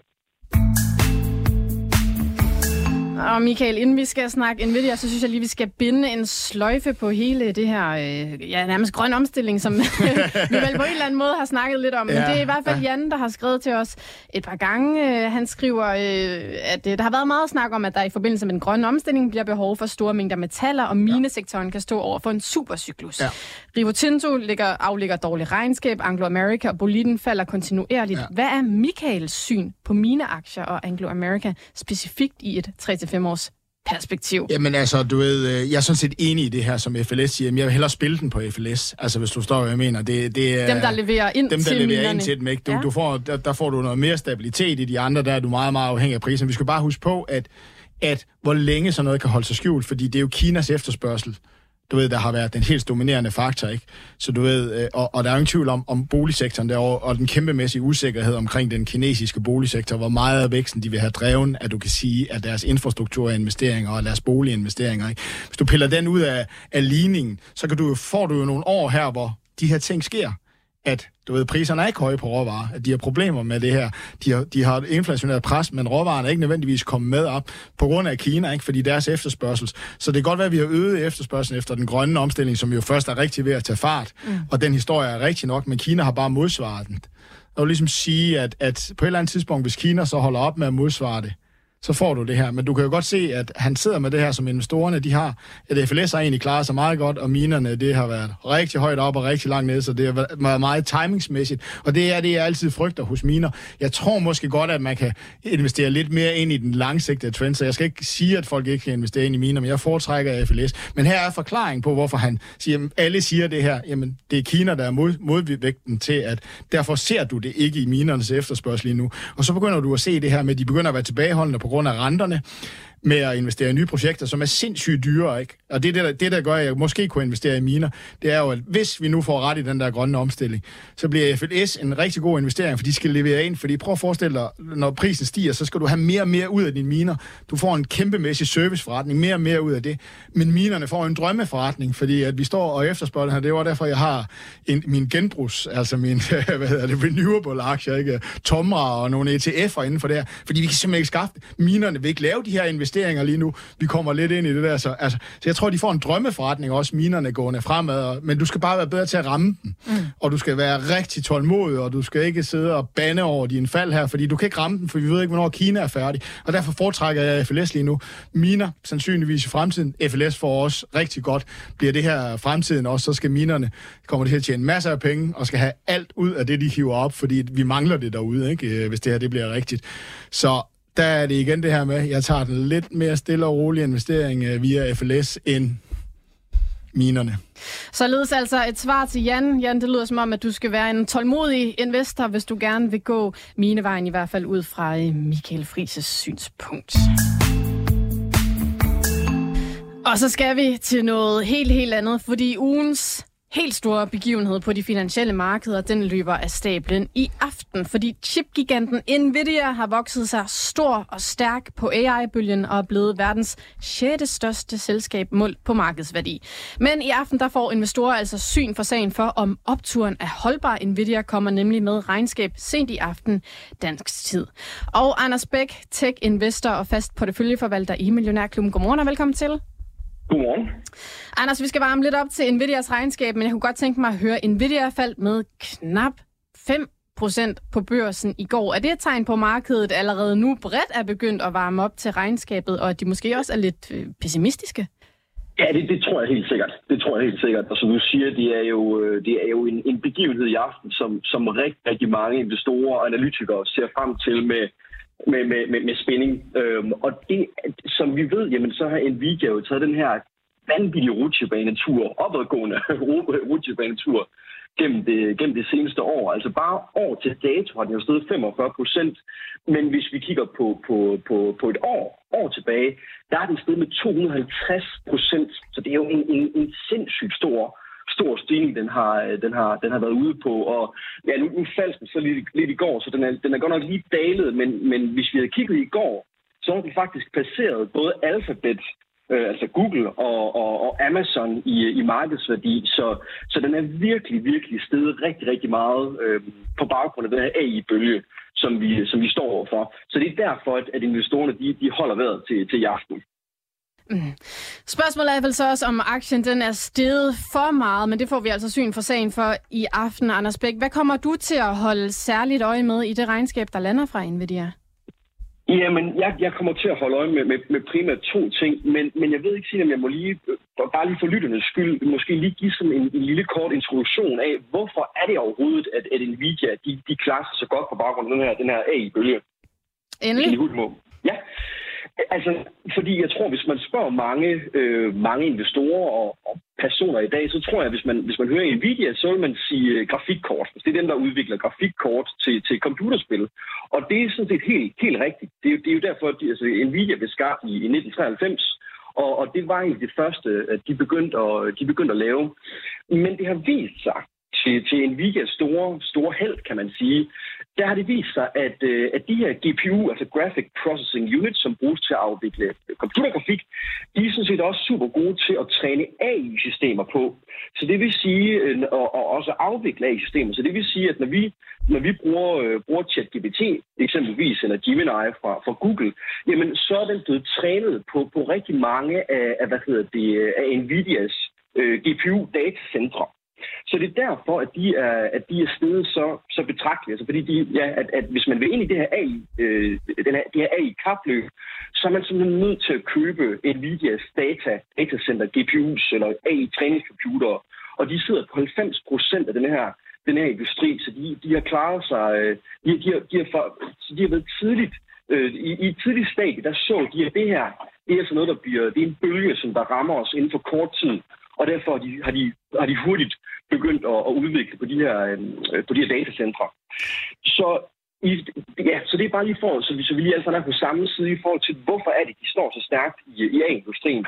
Og Michael, inden vi skal snakke Nvidia, så synes jeg lige, vi skal binde en sløjfe på hele det her, øh, ja, nærmest grøn omstilling, som vi vel på en eller anden måde har snakket lidt om. Men ja, det er i hvert fald Jan, der har skrevet til os et par gange. Han skriver, øh, at øh, der har været meget snak om, at der i forbindelse med den grønne omstilling bliver behov for store mængder metaller, og minesektoren kan stå over for en supercyklus. Ja. Rio Tinto ligger, aflægger dårlig regnskab, Anglo America og Boliden falder kontinuerligt. Ja. Hvad er Michaels syn på mineaktier og Anglo America specifikt i et tre til fem års perspektiv? Jamen altså, du ved, jeg er sådan set enig i det her, som F L S siger, men jeg vil hellere spille den på F L S, altså hvis du forstår, hvad jeg mener. Det, det er dem, der leverer ind dem, der til leverer minerne. ind til dem, ikke? Du, ja. du får, der, der får du noget mere stabilitet i de andre, der er du meget, meget afhængig af prisen. Vi skal bare huske på, at, at hvor længe sådan noget kan holde sig skjult, fordi det er jo Kinas efterspørgsel, du ved, der har været den helt dominerende faktor, ikke? Så du ved, og, og der er jo ingen tvivl om, om boligsektoren derovre, og den kæmpemæssige usikkerhed omkring den kinesiske boligsektor, hvor meget af væksten de vil have dreven, at du kan sige, at deres infrastrukturinvesteringer og deres boliginvesteringer, ikke? Hvis du piller den ud af, af ligningen, så kan du, får du jo nogle år her, hvor de her ting sker. At, du ved, priserne er ikke høje på råvarer, at de har problemer med det her. De har, de har et inflationært pres, men råvarerne er ikke nødvendigvis kommet med op på grund af Kina, ikke? Fordi deres efterspørgsel. Så det kan godt være, at vi har øget efterspørgselen efter den grønne omstilling, som jo først er rigtig ved at tage fart. Mm. Og den historie er rigtig nok, men Kina har bare modsvaret den. Jeg vil ligesom sige, at, at på et eller andet tidspunkt, hvis Kina så holder op med at modsvare det, så får du det her. Men du kan jo godt se, at han sidder med det her, som investorerne de har. At F L S har egentlig klaret sig meget godt, og minerne, det har været rigtig højt op og rigtig langt ned, så det har været meget timingsmæssigt. Og det er det, jeg altid frygter hos miner. Jeg tror måske godt, at man kan investere lidt mere ind i den langsigtede trend, så jeg skal ikke sige, at folk ikke kan investere ind i miner, men jeg foretrækker F L S. Men her er forklaring på, hvorfor han siger, at alle siger det her, jamen det er Kina, der er mod, modvægten til, at derfor ser du det ikke i minernes efterspørgsel lige nu. Og så begynder du at se det her med, at de begynder at være tilbageholdende på grund af renterne, med at investere i nye projekter, som er sindssygt dyre, ikke? Og det, der, det, der gør, at jeg måske kunne investere i miner, det er jo, at hvis vi nu får ret i den der grønne omstilling, så bliver F L S en rigtig god investering, for de skal levere ind. Fordi prøv at forestille dig, når prisen stiger, så skal du have mere og mere ud af dine miner. Du får en kæmpemæssig serviceforretning, mere og mere ud af det. Men minerne får en drømmeforretning, fordi at vi står og efterspørger det her. Det var derfor, jeg har en, min genbrugs, altså min hvad hedder det, renewable-aktier, ikke? Tomra og nogle E T F'er inden for det her. Fordi vi kan simpelthen ikke skaffe det. Minerne vil ikke lave de her investeringer lige nu. Vi kommer lidt ind i det der. Så, altså, så jeg tror, de får en drømmeforretning, også minerne gående fremad. Men du skal bare være bedre til at ramme den. Mm. Og du skal være rigtig tålmodig, og du skal ikke sidde og bande over din fald her, fordi du kan ikke ramme den, for vi ved ikke, hvornår Kina er færdig. Og derfor foretrækker jeg F L S lige nu. Miner, sandsynligvis i fremtiden. F L S får også rigtig godt. Bliver det her fremtiden også, så skal minerne, kommer det til at tjene masser af penge, og skal have alt ud af det, de hiver op, fordi vi mangler det derude, ikke? Hvis det her det bliver rigtigt. Så der er det igen det her med, jeg tager den lidt mere stille og rolig investering via F L S end minerne. Således altså et svar til Jan. Jan, det lyder som om, at du skal være en tålmodig investor, hvis du gerne vil gå minevejen, i hvert fald ud fra Michael Friis' synspunkt. Og så skal vi til noget helt, helt andet, fordi ugens helt store begivenhed på de finansielle markeder, den løber af stablen i aften, fordi chipgiganten Nvidia har vokset sig stor og stærk på A I-bølgen og er blevet verdens sjette største selskab målt på markedsværdi. Men i aften der får investorer altså syn for sagen for, om opturen er holdbar. Nvidia kommer nemlig med regnskab sent i aften dansk tid. Og Anders Bæk, tech-investor og fast porteføljeforvalter i Millionærklubben. Godmorgen og velkommen til. Godmorgen. Anders, vi skal varme lidt op til Nvidias regnskab, men jeg kunne godt tænke mig at høre, Nvidia faldt med knap fem procent på børsen i går. Er det et tegn på, at markedet allerede nu bredt er begyndt at varme op til regnskabet, og at de måske også er lidt øh, pessimistiske? Ja, det, det tror jeg helt sikkert. Det tror jeg helt sikkert. Og som du siger, det er jo, det er jo en, en begivenhed i aften, som, som rigtig, rigtig mange investorer og analytikere ser frem til med Med, med, med, med spænding. Øhm, og det, som vi ved, jamen, så har Nvidia jo taget den her vanvittige rutsjebanetur, opadgående rutsjebanetur gennem det, gennem det seneste år. Altså bare år til dato har den jo steget femogfyrre procent. Men hvis vi kigger på, på, på, på et år, år tilbage, der er den steget med to hundrede og halvtreds procent. Så det er jo en, en, en sindssygt stor stor stigning, den har, den har, den har været ude på. Og ja, nu, nu faldt den så lidt, lidt i går, så den er, den er godt nok lige dalet, men, men hvis vi havde kigget i går, så har den faktisk passeret både Alphabet, øh, altså Google og, og, og Amazon i, i markedsværdi, så, så den er virkelig, virkelig steget rigtig, rigtig meget øh, på baggrund af den her A I-bølge, som vi, som vi står overfor. Så det er derfor, at, at investorerne de, de holder vejret til, til i aften. Mm. Spørgsmålet er vel så også, om aktien den er steget for meget, men det får vi altså syn for sagen for i aften. Anders Bæk, hvad kommer du til at holde særligt øje med i det regnskab, der lander fra Nvidia? Jamen, jeg, jeg kommer til at holde øje med, med, med primært to ting, men, men jeg ved ikke sige, om jeg må lige, bare lige for lytternes skyld, måske lige give sådan en, en lille kort introduktion af, hvorfor er det overhovedet, at, at Nvidia de, de klarer sig så godt på baggrund af den her, den her A I-bølge. Endelig. Ja. Altså, fordi jeg tror, hvis man spørger mange, øh, mange investorer og, og personer i dag, så tror jeg, hvis man, hvis man hører Nvidia, så vil man sige øh, grafikkort. Det er dem, der udvikler grafikkort til, til computerspil. Og det er sådan set helt, helt rigtigt. Det er, det er jo derfor, at de, altså, Nvidia blev skabt i, i nitten treoghalvfems, og, og det var egentlig det første, at de begyndte at, de begyndte at lave. Men det har vist sig, til, til Nvidias store, store held, kan man sige, der har det vist sig, at, at de her G P U, altså Graphic Processing Units, som bruges til at afvikle computergrafik, de er sådan set også super gode til at træne A I-systemer på. Så det vil sige, og, og også afvikle A I-systemer. Så det vil sige, at når vi, når vi bruger, bruger ChatGPT, eksempelvis, eller Gemini fra, fra Google, jamen så er den blevet trænet på, på rigtig mange af, af, hvad hedder det, af Nvidias øh, G P U-datacentre. Så det er derfor, at de er, at de er steget så, så betragteligt. Altså fordi de, ja, at, at hvis man vil ind i det her A I, øh, den her, det her A I-kapløb, så er man simpelthen nødt til at købe Nvidias data, datacenter, G P U's eller A I-træningscomputere. Og de sidder på halvfems procent af den her, den her industri, så de, de har klaret sig, de, de, har, de, har, for, de har været tidligt, øh, i, i et tidligt stadie, der så de, at det her, det er altså noget, der bliver, det er en bølge, som der rammer os inden for kort tid. Og derfor har de, har de, har de hurtigt begyndt at, at udvikle på de her, øh, på de her datacentre. Så, i, ja, så det er bare lige for, så vi, så vi lige altså er på samme side i forhold til, hvorfor er det, de står så stærkt i, i A I-industrien.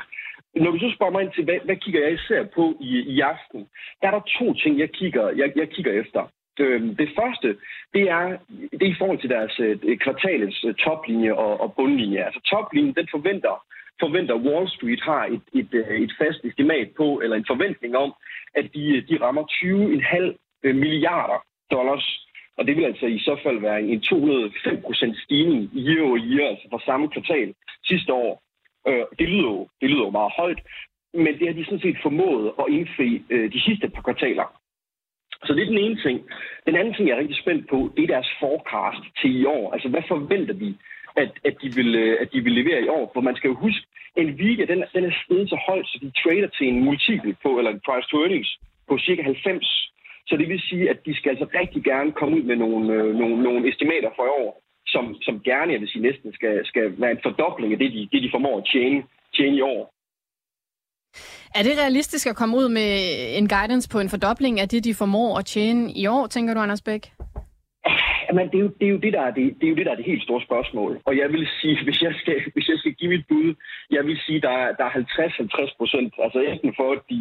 når du så spørger mig ind til, hvad, hvad kigger jeg især på i, i aften, der er der to ting, jeg kigger, jeg, jeg kigger efter. Det første, det er, det er i forhold til deres kvartalets toplinje og, og bundlinje. Altså toplinjen, den forventer, forventer Wall Street har et, et, et fast estimat på, eller en forventning om, at de, de rammer tyve komma fem milliarder dollars. Og det vil altså i så fald være en to hundrede og fem procent stigning year over year, altså fra samme kvartal sidste år. Det lyder jo, det lyder jo meget højt, men det har de sådan set formået at indfri de sidste par kvartaler. Så det er den ene ting. Den anden ting, jeg er rigtig spændt på, det er deres forecast til i år. Altså, hvad forventer de, at, at, de, vil, at de vil levere i år? For man skal jo huske, Nvidia, den, den er steget så højt, så de trader til en multiple på, eller en price to earnings på cirka halvfems. Så det vil sige, at de skal altså rigtig gerne komme ud med nogle, øh, nogle, nogle estimater for i år, som, som gerne, jeg vil sige, næsten skal, skal være en fordobling af det, de, det, de formår at tjene, tjene i år. Er det realistisk at komme ud med en guidance på en fordobling af det, de formår at tjene i år, tænker du, Anders Bech? Jamen, det er jo det, er jo det, der, er det, det, er jo det, der er det helt store spørgsmål. Og jeg vil sige, hvis jeg skal, hvis jeg skal give mit bud, jeg vil sige, der er, der er halvtreds til halvtreds procent. Altså enten for, at de...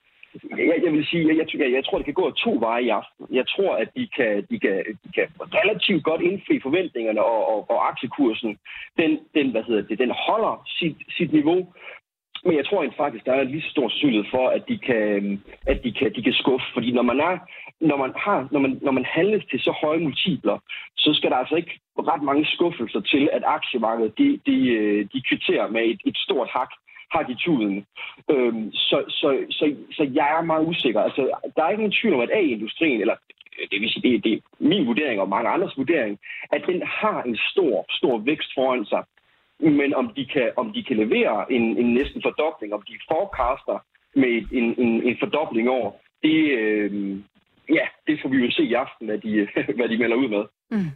Jeg, jeg vil sige, jeg, jeg, jeg tror, det kan gå to veje i aften. Jeg tror, at de kan, de kan, de kan relativt godt indfri forventningerne, og, og, og aktiekursen, den, den, hvad hedder det, den holder sit, sit niveau. Men jeg tror faktisk, der er en lige så stor sandsynlighed for, at de kan, at de kan, de kan skuffe. Fordi når man, er, når, man har, når, man, når man handles til så høje multipler, så skal der altså ikke ret mange skuffelser til, at aktiemarkedet de, de, de kvitterer med et, et stort hak. Har de tuden. Øhm, så, så, så, så jeg er meget usikker. Altså, der er ikke nogen tvivl om, at A-industrien, eller det vil sige, det, det er min vurdering og mange andres vurdering, at den har en stor, stor vækst foran sig. Men om de kan, om de kan levere en, en næsten fordobling, om de forecaster med en, en, en fordobling over, det, øh, ja, det får vi jo se i aften, hvad de, hvad de melder ud med. Mm.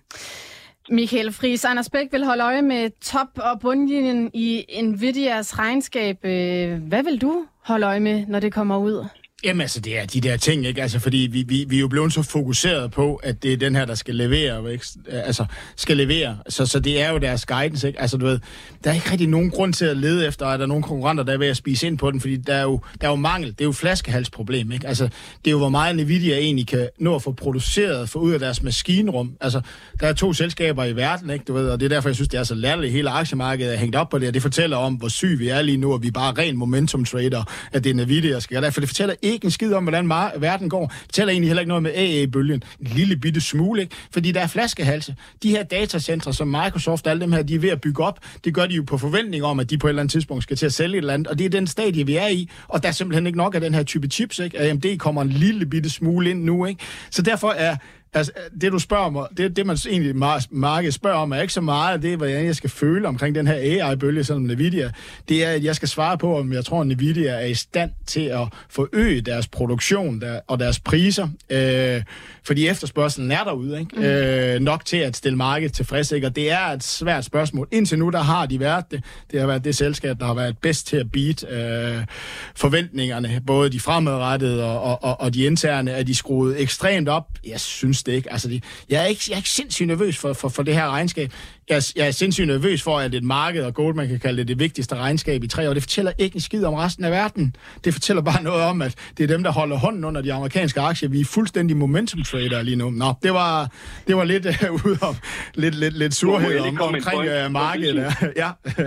Michael Friis, Anders Bech vil holde øje med top- og bundlinjen i Nvidias regnskab. Hvad vil du holde øje med, når det kommer ud? Jamen altså, det er de der ting, ikke? Altså, fordi vi, vi, vi er jo blevet så fokuseret på, at det er den her, der skal levere, ikke? Altså, skal levere. Så, så det er jo deres guidance, ikke? Altså, du ved, der er ikke rigtig nogen grund til at lede efter, at der er nogle konkurrenter, der er ved at spise ind på den, fordi der er jo, der er jo mangel. Det er jo flaskehalsproblem, ikke? Altså, det er jo, hvor meget Nvidia egentlig kan nå at få produceret, få ud af deres maskinrum. Altså, der er to selskaber i verden, ikke? Du ved, og det er derfor, jeg synes, det er så latterligt. Hele aktiemarkedet er hængt op på det, og det fortæller om, hvor syg vi er lige nu, og vi er bare ren momentum trader, at det er Nvidia, skal gøre. For det fortæller ikke en skid om, hvordan mar- verden går. Det fortæller egentlig heller ikke noget med A A-bølgen. En lille bitte smule, ikke? Fordi der er flaskehalse. De her datacentre, som Microsoft, alle dem her, de er ved at bygge op. Det gør de jo på forventning om, at de på et eller andet tidspunkt skal til at sælge et eller andet. Og det er den stadie, vi er i. Og der er simpelthen ikke nok af den her type chips, ikke? A M D kommer en lille bitte smule ind nu, ikke? Så derfor er altså, det du spørger mig, det, det man egentlig markedet spørger om, er ikke så meget, det er, hvordan jeg skal føle omkring den her A I-bølge, som Nvidia. Det er, at jeg skal svare på, om jeg tror, at Nvidia er i stand til at forøge deres produktion der, og deres priser. Øh, fordi efterspørgselen er derude, ikke? Mm. Øh, nok til at stille markedet tilfreds, ikke? Og det er et svært spørgsmål. Indtil nu, der har de været det. Det har været det selskab, der har været bedst til at beat øh, forventningerne. Både de fremadrettede og, og, og, og de interne, er de skruet ekstremt op. Jeg synes det ikke. Altså, de, jeg, er ikke jeg er ikke sindssygt nervøs for, for, for det her regnskab. Jeg er, jeg er sindssygt nervøs for, at et marked, og Goldman kan kalde det det vigtigste regnskab i tre år, det fortæller ikke en skid om resten af verden. Det fortæller bare noget om, at det er dem, der holder hånden under de amerikanske aktier. Vi er fuldstændig momentum trader lige nu. Nå, det var, det var lidt uh, ud om lidt, lidt, lidt surhed om, omkring uh, markedet. Ja.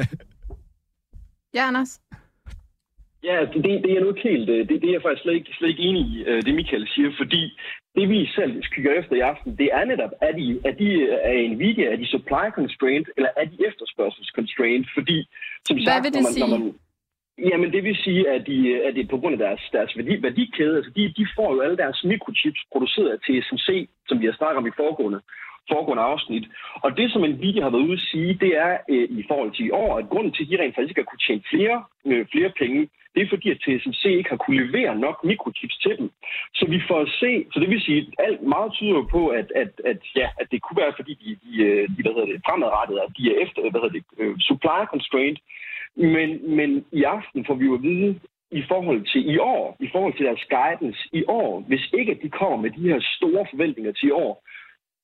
Ja, Anders? Ja, det, det er nu ikke helt, det, det er jeg faktisk slet ikke, slet ikke enig i, det Michael siger, fordi det vi selv kigger efter i aften, det er netop, er de, er de er Nvidia, er de supply constrained, eller er de efterspørgsels constrained, fordi som Hvad sagt, vil det når man, sige? når man, jamen det vil sige, at, de, at det er på grund af deres, deres værdi, værdikæde, altså de, de får jo alle deres mikrochips produceret af T S M C, som vi har snakket om i foregående, foregående afsnit. Og det, som Nvidia har været ude at sige, det er øh, i forhold til i år, at grunden til, at de rent faktisk har kunne tjene flere, øh, flere penge, det er fordi, at T S M C ikke har kunne levere nok mikrochips til dem. Så vi får at se, så det vil sige, at alt meget tyder på, at, at, at, ja, at det kunne være, fordi de, de, de hvad hedder det, fremadrettede, at de er efter, hvad hedder det, supply constraint. Men, men i aften får vi jo at vide, i forhold til i år, i forhold til deres guidance i år, hvis ikke at de kommer med de her store forventninger til i år,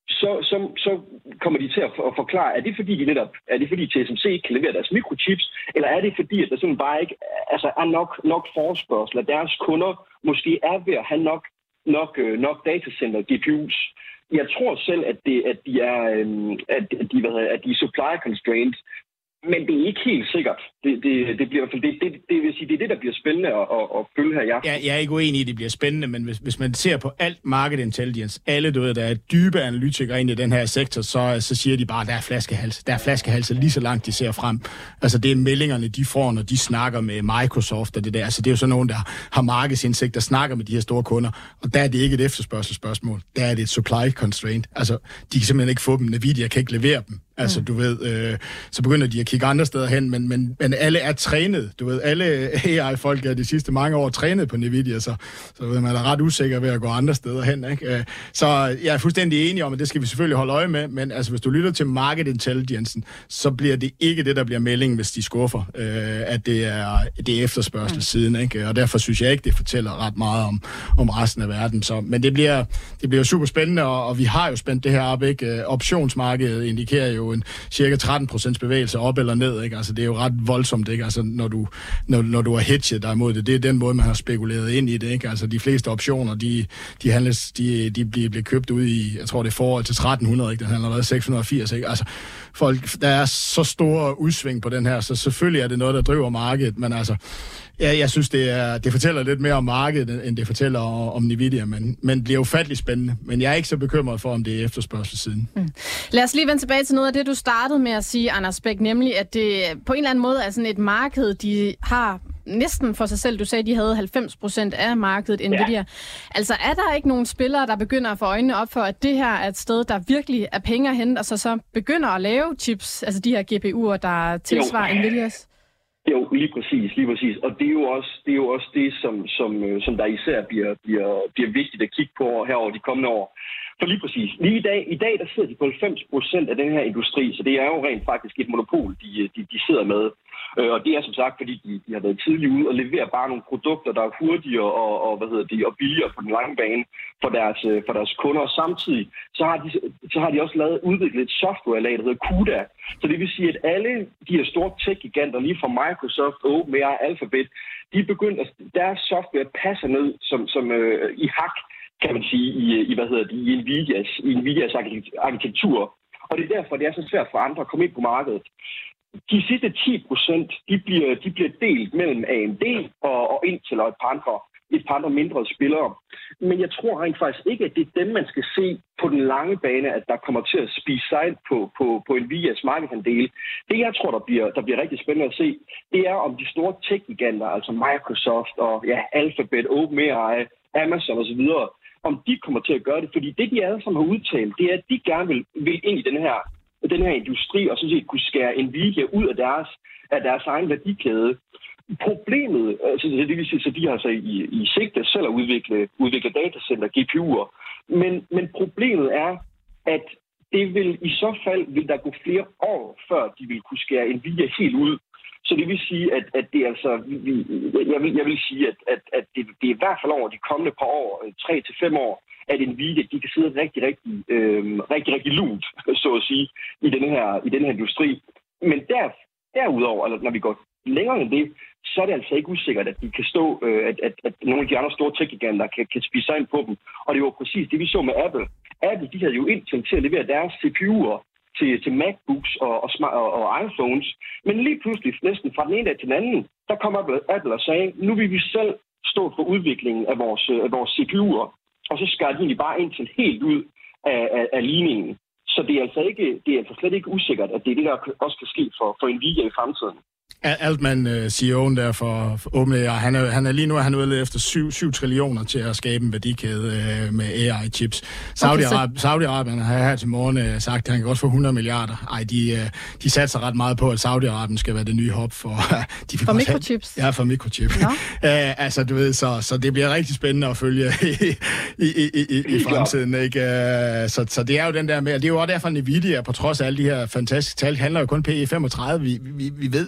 så, så, så kommer de til at, for, at forklare, er det fordi de netop, er det fordi T S M C ikke kan levere deres mikrochips, eller er det fordi, at der simpelthen bare ikke altså, er nok, nok forespørgsel, at deres kunder måske er ved at have nok, nok, nok datacenter G P U's. Jeg tror selv, at, det, at de er, at de, hvad hedder, at de er supply constrained, men det er ikke helt sikkert. Det, det, det bliver i hvert fald det, det, det vil sige, det er det, der bliver spændende at, at, at følge her i aften. Ja, jeg er ikke uenig i, at det bliver spændende, men hvis, hvis man ser på alt market intelligence, alle du ved, der er dybe analytikere ind i den her sektor, så, så siger de bare, at der er flaskehals. Der er flaskehalser lige så langt, de ser frem. Altså det er meldingerne, de får, når de snakker med Microsoft og det der. Altså det er jo sådan nogen, der har markedsindsigt, der snakker med de her store kunder, og der er det ikke et efterspørgselsspørgsmål. Der er det et supply constraint. Altså de kan simpelthen ikke få dem. Nvidia kan ikke levere dem. Altså, mm. du ved, øh, så begynder de at kigge andre steder hen, men, men, men alle er trænet. Du ved, alle A I-folk er de sidste mange år trænet på Nvidia, så, så ved man er ret usikker ved at gå andre steder hen. Ikke? Så jeg er fuldstændig enig om, at det skal vi selvfølgelig holde øje med, men altså, hvis du lytter til market intelligencen, så bliver det ikke det, der bliver meldingen, hvis de skuffer, øh, at det er, det er efterspørgselssiden. Ikke? Og derfor synes jeg ikke, det fortæller ret meget om, om resten af verden. Så, men det bliver, det bliver super spændende, og, og vi har jo spændt det her op. Ikke? Optionsmarkedet indikerer jo en cirka tretten procent bevægelse op eller ned, ikke? Altså det er jo ret voldsomt, ikke? Altså når du når, når du har hedget dig imod det, det er den måde man har spekuleret ind i det, ikke? Altså de fleste optioner, de de handles de de bliver, bliver købt ud i, jeg tror det er forhold til tretten hundrede, ikke? Der handler været seks hundrede og firs, ikke? Altså folk, der er så store udsving på den her, så selvfølgelig er det noget der driver markedet, men altså ja, jeg synes, det, er, det fortæller lidt mere om markedet, end det fortæller om Nvidia, men, men det bliver ufattelig spændende. Men jeg er ikke så bekymret for, om det er efterspørgselssiden. Mm. Lad os lige vende tilbage til noget af det, du startede med at sige, Anders Bech, nemlig at det på en eller anden måde er sådan et marked, de har næsten for sig selv. Du sagde, de havde halvfems procent af markedet, Nvidia. Ja. Altså er der ikke nogen spillere, der begynder at få øjnene op for, at det her er et sted, der virkelig er penge at hente, og så, så begynder at lave chips, altså de her G P U'er, der tilsvarer Nvidias? Jo, lige præcis, lige præcis. Og det er jo også det, er jo også det som, som, som der især bliver, bliver, bliver vigtigt at kigge på her over de kommende år. For lige præcis, lige i dag, i dag der sidder de på halvfems procent af den her industri, så det er jo rent faktisk et monopol, de, de, de sidder med. Og det er som sagt, fordi de, de har været tidligt ude og leverer bare nogle produkter, der er hurtigere og, og, hvad hedder det, og billigere på den lange bane for deres, for deres kunder. Og samtidig så har, de, så har de også lavet udviklet et software-lag, der hedder CUDA. Så det vil sige, at alle de her store tech-giganter, lige fra Microsoft, OpenAI, Alphabet, de er begyndt, at deres software passer ned som, som øh, i hak, kan man sige, i, i hvad hedder det, i Nvidias, i Nvidias arkitektur. Og det er derfor, det er så svært for andre at komme ind på markedet. De sidste ti procent, de bliver, de bliver delt mellem A M D og, og Intel og et par, andre, et par andre mindre spillere. Men jeg tror rent faktisk ikke, at det er dem, man skal se på den lange bane, at der kommer til at spise sig ind på, på, på Nvidias markedsandel. Det, jeg tror, der bliver, der bliver rigtig spændende at se, det er om de store tech-giganter, altså Microsoft og ja, Alphabet, OpenAI, Amazon osv., om de kommer til at gøre det. Fordi det, de alle sammen har udtalt, det er, at de gerne vil, vil ind i den her den her industri, og sådan set kunne skære Nvidia ud af deres, af deres egen værdikæde. Problemet, altså det vil sige, at de har altså i, i sigte selv at udvikle, udvikle datacenter, G P U'er, men, men problemet er, at det vil i så fald vil der gå flere år, før de vil kunne skære Nvidia helt ud. Så det vil sige, at, at det altså, jeg vil, jeg vil sige, at, at, at det, det er i hvert fald over de kommende par år, tre til fem år, at Nvidia, de kan sidde rigtig, rigtig, øh, rigtig, rigtig lunt, så at sige, i den her, i den her industri. Men der, derudover, eller når vi går længere end det, så er det altså ikke usikkert, at de kan stå, øh, at, at, at nogle af de andre store tech-giganter kan, kan spise sig ind på dem. Og det var præcis det, vi så med Apple. Apple, de havde jo indtænkt til at levere deres C P U'er til, til MacBooks og, og, og, og iPhones. Men lige pludselig, næsten fra den ene dag til den anden, der kom Apple, Apple og sagde, nu vil vi selv stå for udviklingen af vores, af vores C P U'er. Og så skar de egentlig bare ind til helt ud af, af, af ligningen. Så det er altså ikke, det er altså slet ikke usikkert, at det er det, der også kan ske for, for Nvidia i fremtiden. Altman, C E O'en der for, for OpenAI, han er, han er lige nu er han ude efter syv trillioner til at skabe en værdikæde øh, med A I-chips. Saudi-Arabien Saudi har her til morgen øh, sagt, at han kan godt få hundrede milliarder. Ej, de, øh, de satser ret meget på, at Saudi-Arabien skal være det nye hop for... de for mikrochips? Ja, for mikrochips. No. øh, altså, du ved, så, så det bliver rigtig spændende at følge i, i, i, i, i fremtiden, ikke? Så, så det er jo den der med... Det er jo også derfor, Nvidia, på trods af alle de her fantastiske tal, handler jo kun P E femogtredive. Vi, vi, vi ved...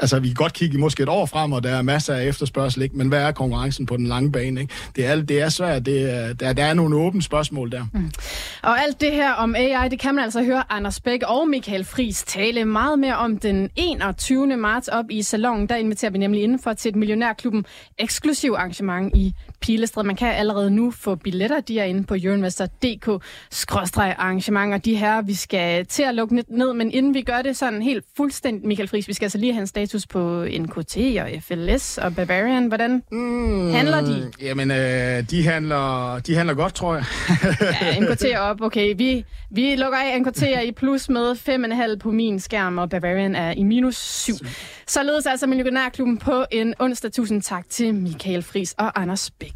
Altså, vi kan godt kigge måske et år frem, og der er masser af efterspørgsel, ikke? Men hvad er konkurrencen på den lange bane, ikke? Det er, det er svært. Det er, der, der er nogle åbne spørgsmål der. Mm. Og alt det her om A I, det kan man altså høre Anders Bæk og Michael Friis tale meget mere om den enogtyvende marts op i Salon. Der inviterer vi nemlig indenfor til et Millionærklubben eksklusiv arrangement i Pilestræde. Man kan allerede nu få billetter, de er inde på euroinvestor punktum d k skråstreg arrangement, og de her, vi skal til at lukke ned, men inden vi gør det sådan helt fuldstændigt, Michael Friis, vi skal altså lige have en status på N K T og F L S og Bavarian. Hvordan mm, handler de? Jamen, øh, de, handler, de handler godt, tror jeg. Ja, N K T er op. Okay, vi, vi lukker af. N K T er i plus med fem komma fem på min skærm, og Bavarian er i minus syv. Således altså Millionærklubben på en onsdag. Tusind tak til Michael Friis og Anders Bæk.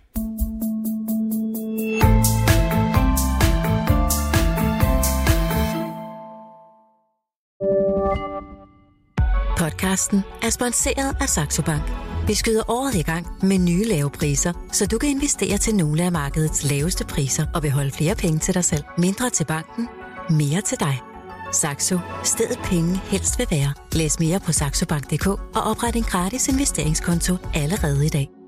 Podcasten er sponsoreret af Saxo Bank. Vi skyder året i gang med nye lave priser, så du kan investere til nogle af markedets laveste priser og beholde flere penge til dig selv. Mindre til banken, mere til dig. Saxo. Stedet penge helst vil være. Læs mere på saxo bank punktum d k og opret en gratis investeringskonto allerede i dag.